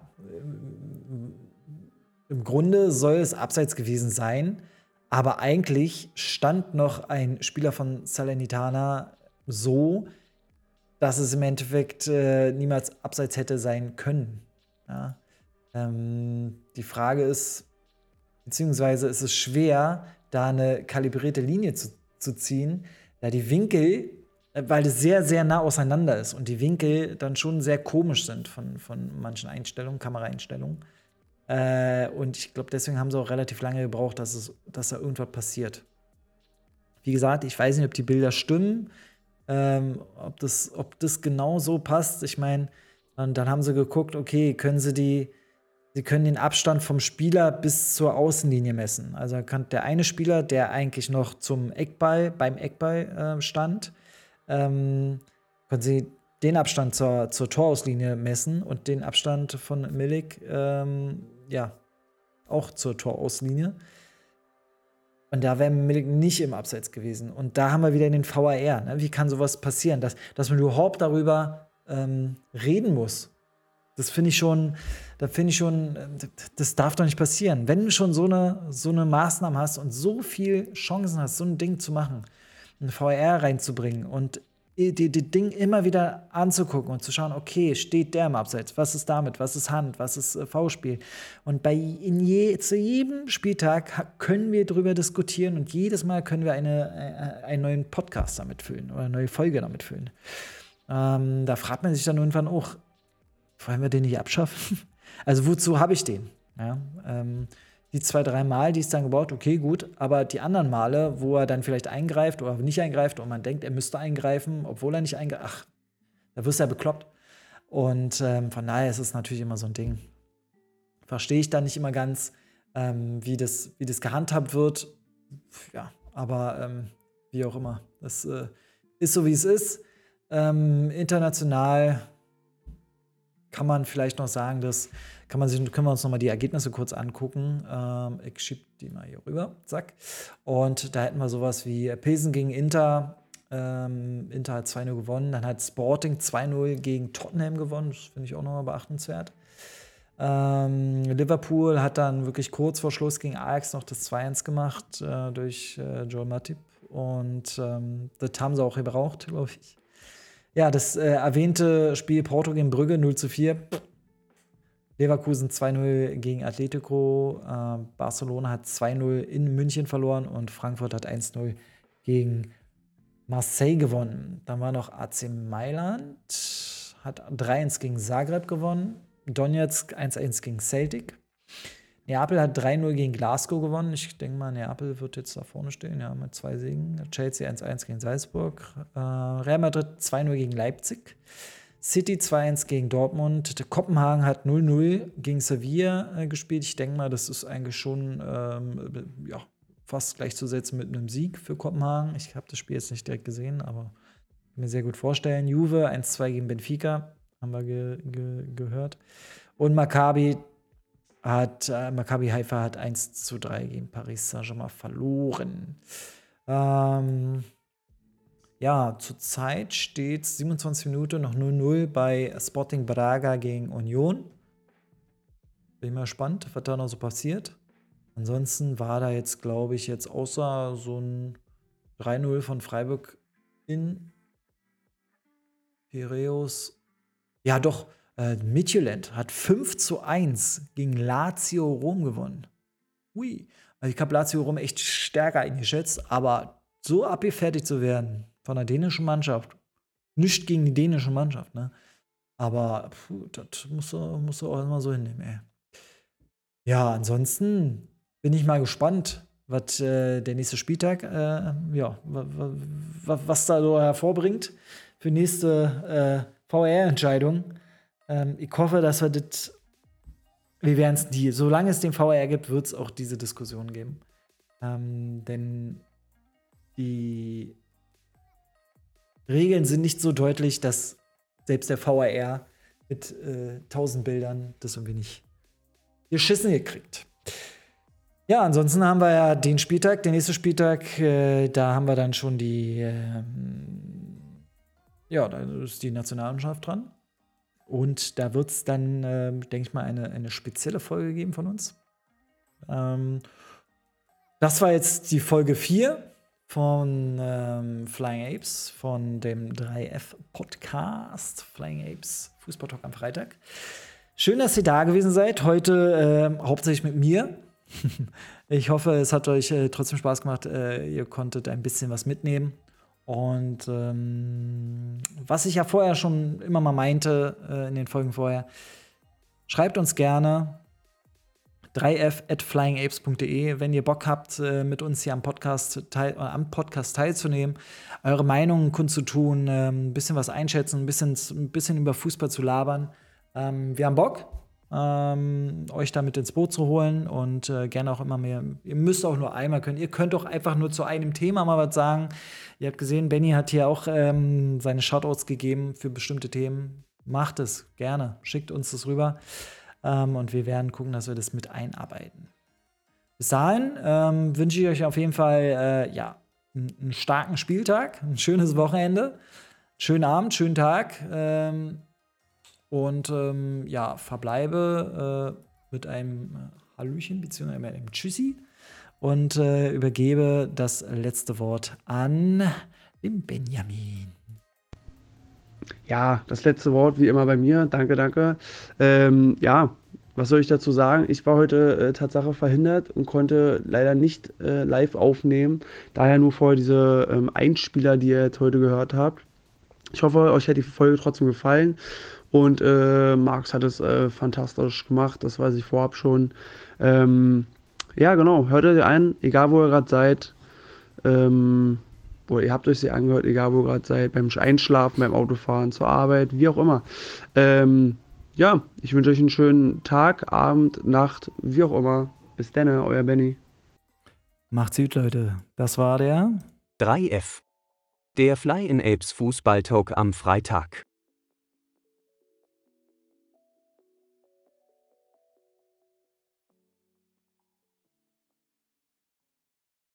im Grunde soll es abseits gewesen sein. Aber eigentlich stand noch ein Spieler von Salernitana so, dass es im Endeffekt äh, niemals abseits hätte sein können. Ja? Ähm, die Frage ist, beziehungsweise ist es schwer, da eine kalibrierte Linie zu, zu ziehen, da die Winkel, äh, weil es sehr, sehr nah auseinander ist und die Winkel dann schon sehr komisch sind von, von manchen Einstellungen, Kameraeinstellungen. Äh, und ich glaube, deswegen haben sie auch relativ lange gebraucht, dass, es, dass da irgendwas passiert. Wie gesagt, ich weiß nicht, ob die Bilder stimmen. Ähm, ob, das, ob das genau so passt. Ich meine, dann, dann haben sie geguckt, okay, können sie die, sie können den Abstand vom Spieler bis zur Außenlinie messen. Also kann der eine Spieler, der eigentlich noch zum Eckball, beim Eckball äh, stand, ähm, können sie den Abstand zur, zur Torauslinie messen und den Abstand von Milik, ähm, ja, auch zur Torauslinie. Und da wäre Milik nicht im Abseits gewesen. Und da haben wir wieder den V A R. Ne? Wie kann sowas passieren? Dass, dass man überhaupt darüber ähm, reden muss. Das finde ich schon, da finde ich schon, das darf doch nicht passieren. Wenn du schon so eine, so eine Maßnahme hast und so viel Chancen hast, so ein Ding zu machen, ein V A R reinzubringen und die, die Ding immer wieder anzugucken und zu schauen, okay, steht der im Abseits? Was ist damit? Was ist Hand? Was ist äh, Foulspiel? Und bei in je, zu jedem Spieltag können wir darüber diskutieren und jedes Mal können wir eine, äh, einen neuen Podcast damit füllen oder eine neue Folge damit füllen. Ähm, da fragt man sich dann irgendwann auch, wollen wir den nicht abschaffen? Also wozu habe ich den? Ja, ähm, die zwei, drei Mal, die ist dann gebaut, okay, gut, aber die anderen Male, wo er dann vielleicht eingreift oder nicht eingreift und man denkt, er müsste eingreifen, obwohl er nicht eingreift, ach, da wirst du ja bekloppt. Und ähm, von daher ist es natürlich immer so ein Ding. Verstehe ich dann nicht immer ganz, ähm, wie, das, wie das gehandhabt wird. Ja, aber ähm, wie auch immer. Das äh, ist so, wie es ist. Ähm, international kann man vielleicht noch sagen, dass kann man sich, können wir uns noch mal die Ergebnisse kurz angucken. Ähm, ich schiebe die mal hier rüber, zack. Und da hätten wir sowas wie Pilsen gegen Inter. Ähm, Inter hat zwei null gewonnen. Dann hat Sporting zwei null gegen Tottenham gewonnen. Das finde ich auch noch mal beachtenswert. Ähm, Liverpool hat dann wirklich kurz vor Schluss gegen Ajax noch das zwei eins gemacht äh, durch äh, Joel Matip. Und ähm, das haben sie auch gebraucht, glaube ich. Ja, das äh, erwähnte Spiel Porto gegen Brügge null zu vier. Leverkusen zwei null gegen Atletico. Äh, Barcelona hat zwei null in München verloren und Frankfurt hat eins null gegen Marseille gewonnen. Dann war noch A C Mailand, hat drei eins gegen Zagreb gewonnen. Donetsk eins eins gegen Celtic. Neapel hat drei null gegen Glasgow gewonnen. Ich denke mal, Neapel wird jetzt da vorne stehen, ja, mit zwei Siegen. Chelsea eins eins gegen Salzburg. Äh, Real Madrid zwei null gegen Leipzig. City zwei eins gegen Dortmund. Kopenhagen hat null null gegen Sevilla äh, gespielt. Ich denke mal, das ist eigentlich schon ähm, ja, fast gleichzusetzen mit einem Sieg für Kopenhagen. Ich habe das Spiel jetzt nicht direkt gesehen, aber kann mir sehr gut vorstellen. Juve eins zwei gegen Benfica, haben wir ge ge gehört. Und Maccabi hat äh, Maccabi Haifa hat eins zu drei gegen Paris Saint-Germain verloren. Ähm, ja, zurzeit steht siebenundzwanzig Minuten noch null null bei Sporting Braga gegen Union. Bin ich mal gespannt, was da noch so passiert. Ansonsten war da jetzt, glaube ich, jetzt außer so ein drei null von Freiburg in Piräus. Ja, doch. Äh, Midtjylland hat fünf zu eins gegen Lazio Rom gewonnen. Ui. Also ich habe Lazio Rom echt stärker eingeschätzt, aber so abgefertigt zu werden von der dänischen Mannschaft, nicht gegen die dänische Mannschaft, ne? Aber puh, das musst du, musst du auch immer so hinnehmen, ey. Ja, ansonsten bin ich mal gespannt, was äh, der nächste Spieltag, äh, ja, wa- wa- wa- was da so hervorbringt für nächste äh, V A R-Entscheidung. Ähm, ich hoffe, dass wir das, wir werden es die, solange es den V A R gibt, wird es auch diese Diskussion geben. Ähm, denn die Regeln sind nicht so deutlich, dass selbst der V A R mit äh, tausend Bildern das irgendwie nicht geschissen gekriegt. Ja, ansonsten haben wir ja den Spieltag, den nächsten Spieltag, äh, da haben wir dann schon die, ähm, ja, da ist die Nationalmannschaft dran. Und da wird es dann, ähm, denke ich mal, eine, eine spezielle Folge geben von uns. Ähm, das war jetzt die Folge vier von ähm, Flying Apes, von dem drei F Podcast. Flying Apes, Fußballtalk am Freitag. Schön, dass ihr da gewesen seid. Heute äh, hauptsächlich mit mir. Ich hoffe, es hat euch äh, trotzdem Spaß gemacht. Äh, ihr konntet ein bisschen was mitnehmen. Und ähm, was ich ja vorher schon immer mal meinte, äh, in den Folgen vorher, schreibt uns gerne drei f at flying apes punkt de, wenn ihr Bock habt, äh, mit uns hier am Podcast, teil, äh, am Podcast teilzunehmen, eure Meinungen kundzutun, äh, ein bisschen was einschätzen, ein bisschen, ein bisschen über Fußball zu labern. Ähm, wir haben Bock, ähm, euch damit ins Boot zu holen und äh, gerne auch immer mehr. Ihr müsst auch nur einmal können. Ihr könnt auch einfach nur zu einem Thema mal was sagen. Ihr habt gesehen, Benny hat hier auch ähm, seine Shoutouts gegeben für bestimmte Themen. Macht es gerne. Schickt uns das rüber. Ähm, und wir werden gucken, dass wir das mit einarbeiten. Bis dahin ähm, wünsche ich euch auf jeden Fall äh, ja, einen, einen starken Spieltag, ein schönes Wochenende, schönen Abend, schönen Tag. Ähm, und ähm, ja, verbleibe äh, mit einem Hallöchen bzw. einem Tschüssi und äh, übergebe das letzte Wort an den Benjamin. Ja, das letzte Wort wie immer bei mir. Danke, danke. Ähm, ja, was soll ich dazu sagen? Ich war heute äh, Tatsache verhindert und konnte leider nicht äh, live aufnehmen. Daher nur vorher diese ähm, Einspieler, die ihr jetzt heute gehört habt. Ich hoffe, euch hat die Folge trotzdem gefallen. Und äh, Marx hat es äh, fantastisch gemacht, das weiß ich vorab schon. Ähm, ja, genau, hört ihr sie ein, egal wo ihr gerade seid. Ähm, oder ihr habt euch sie angehört, egal wo ihr gerade seid, beim Einschlafen, beim Autofahren, zur Arbeit, wie auch immer. Ähm, ja, ich wünsche euch einen schönen Tag, Abend, Nacht, wie auch immer. Bis dann, euer Benny. Macht's gut, Leute. Das war der drei F. Der Flying Apes Fußballtalk am Freitag.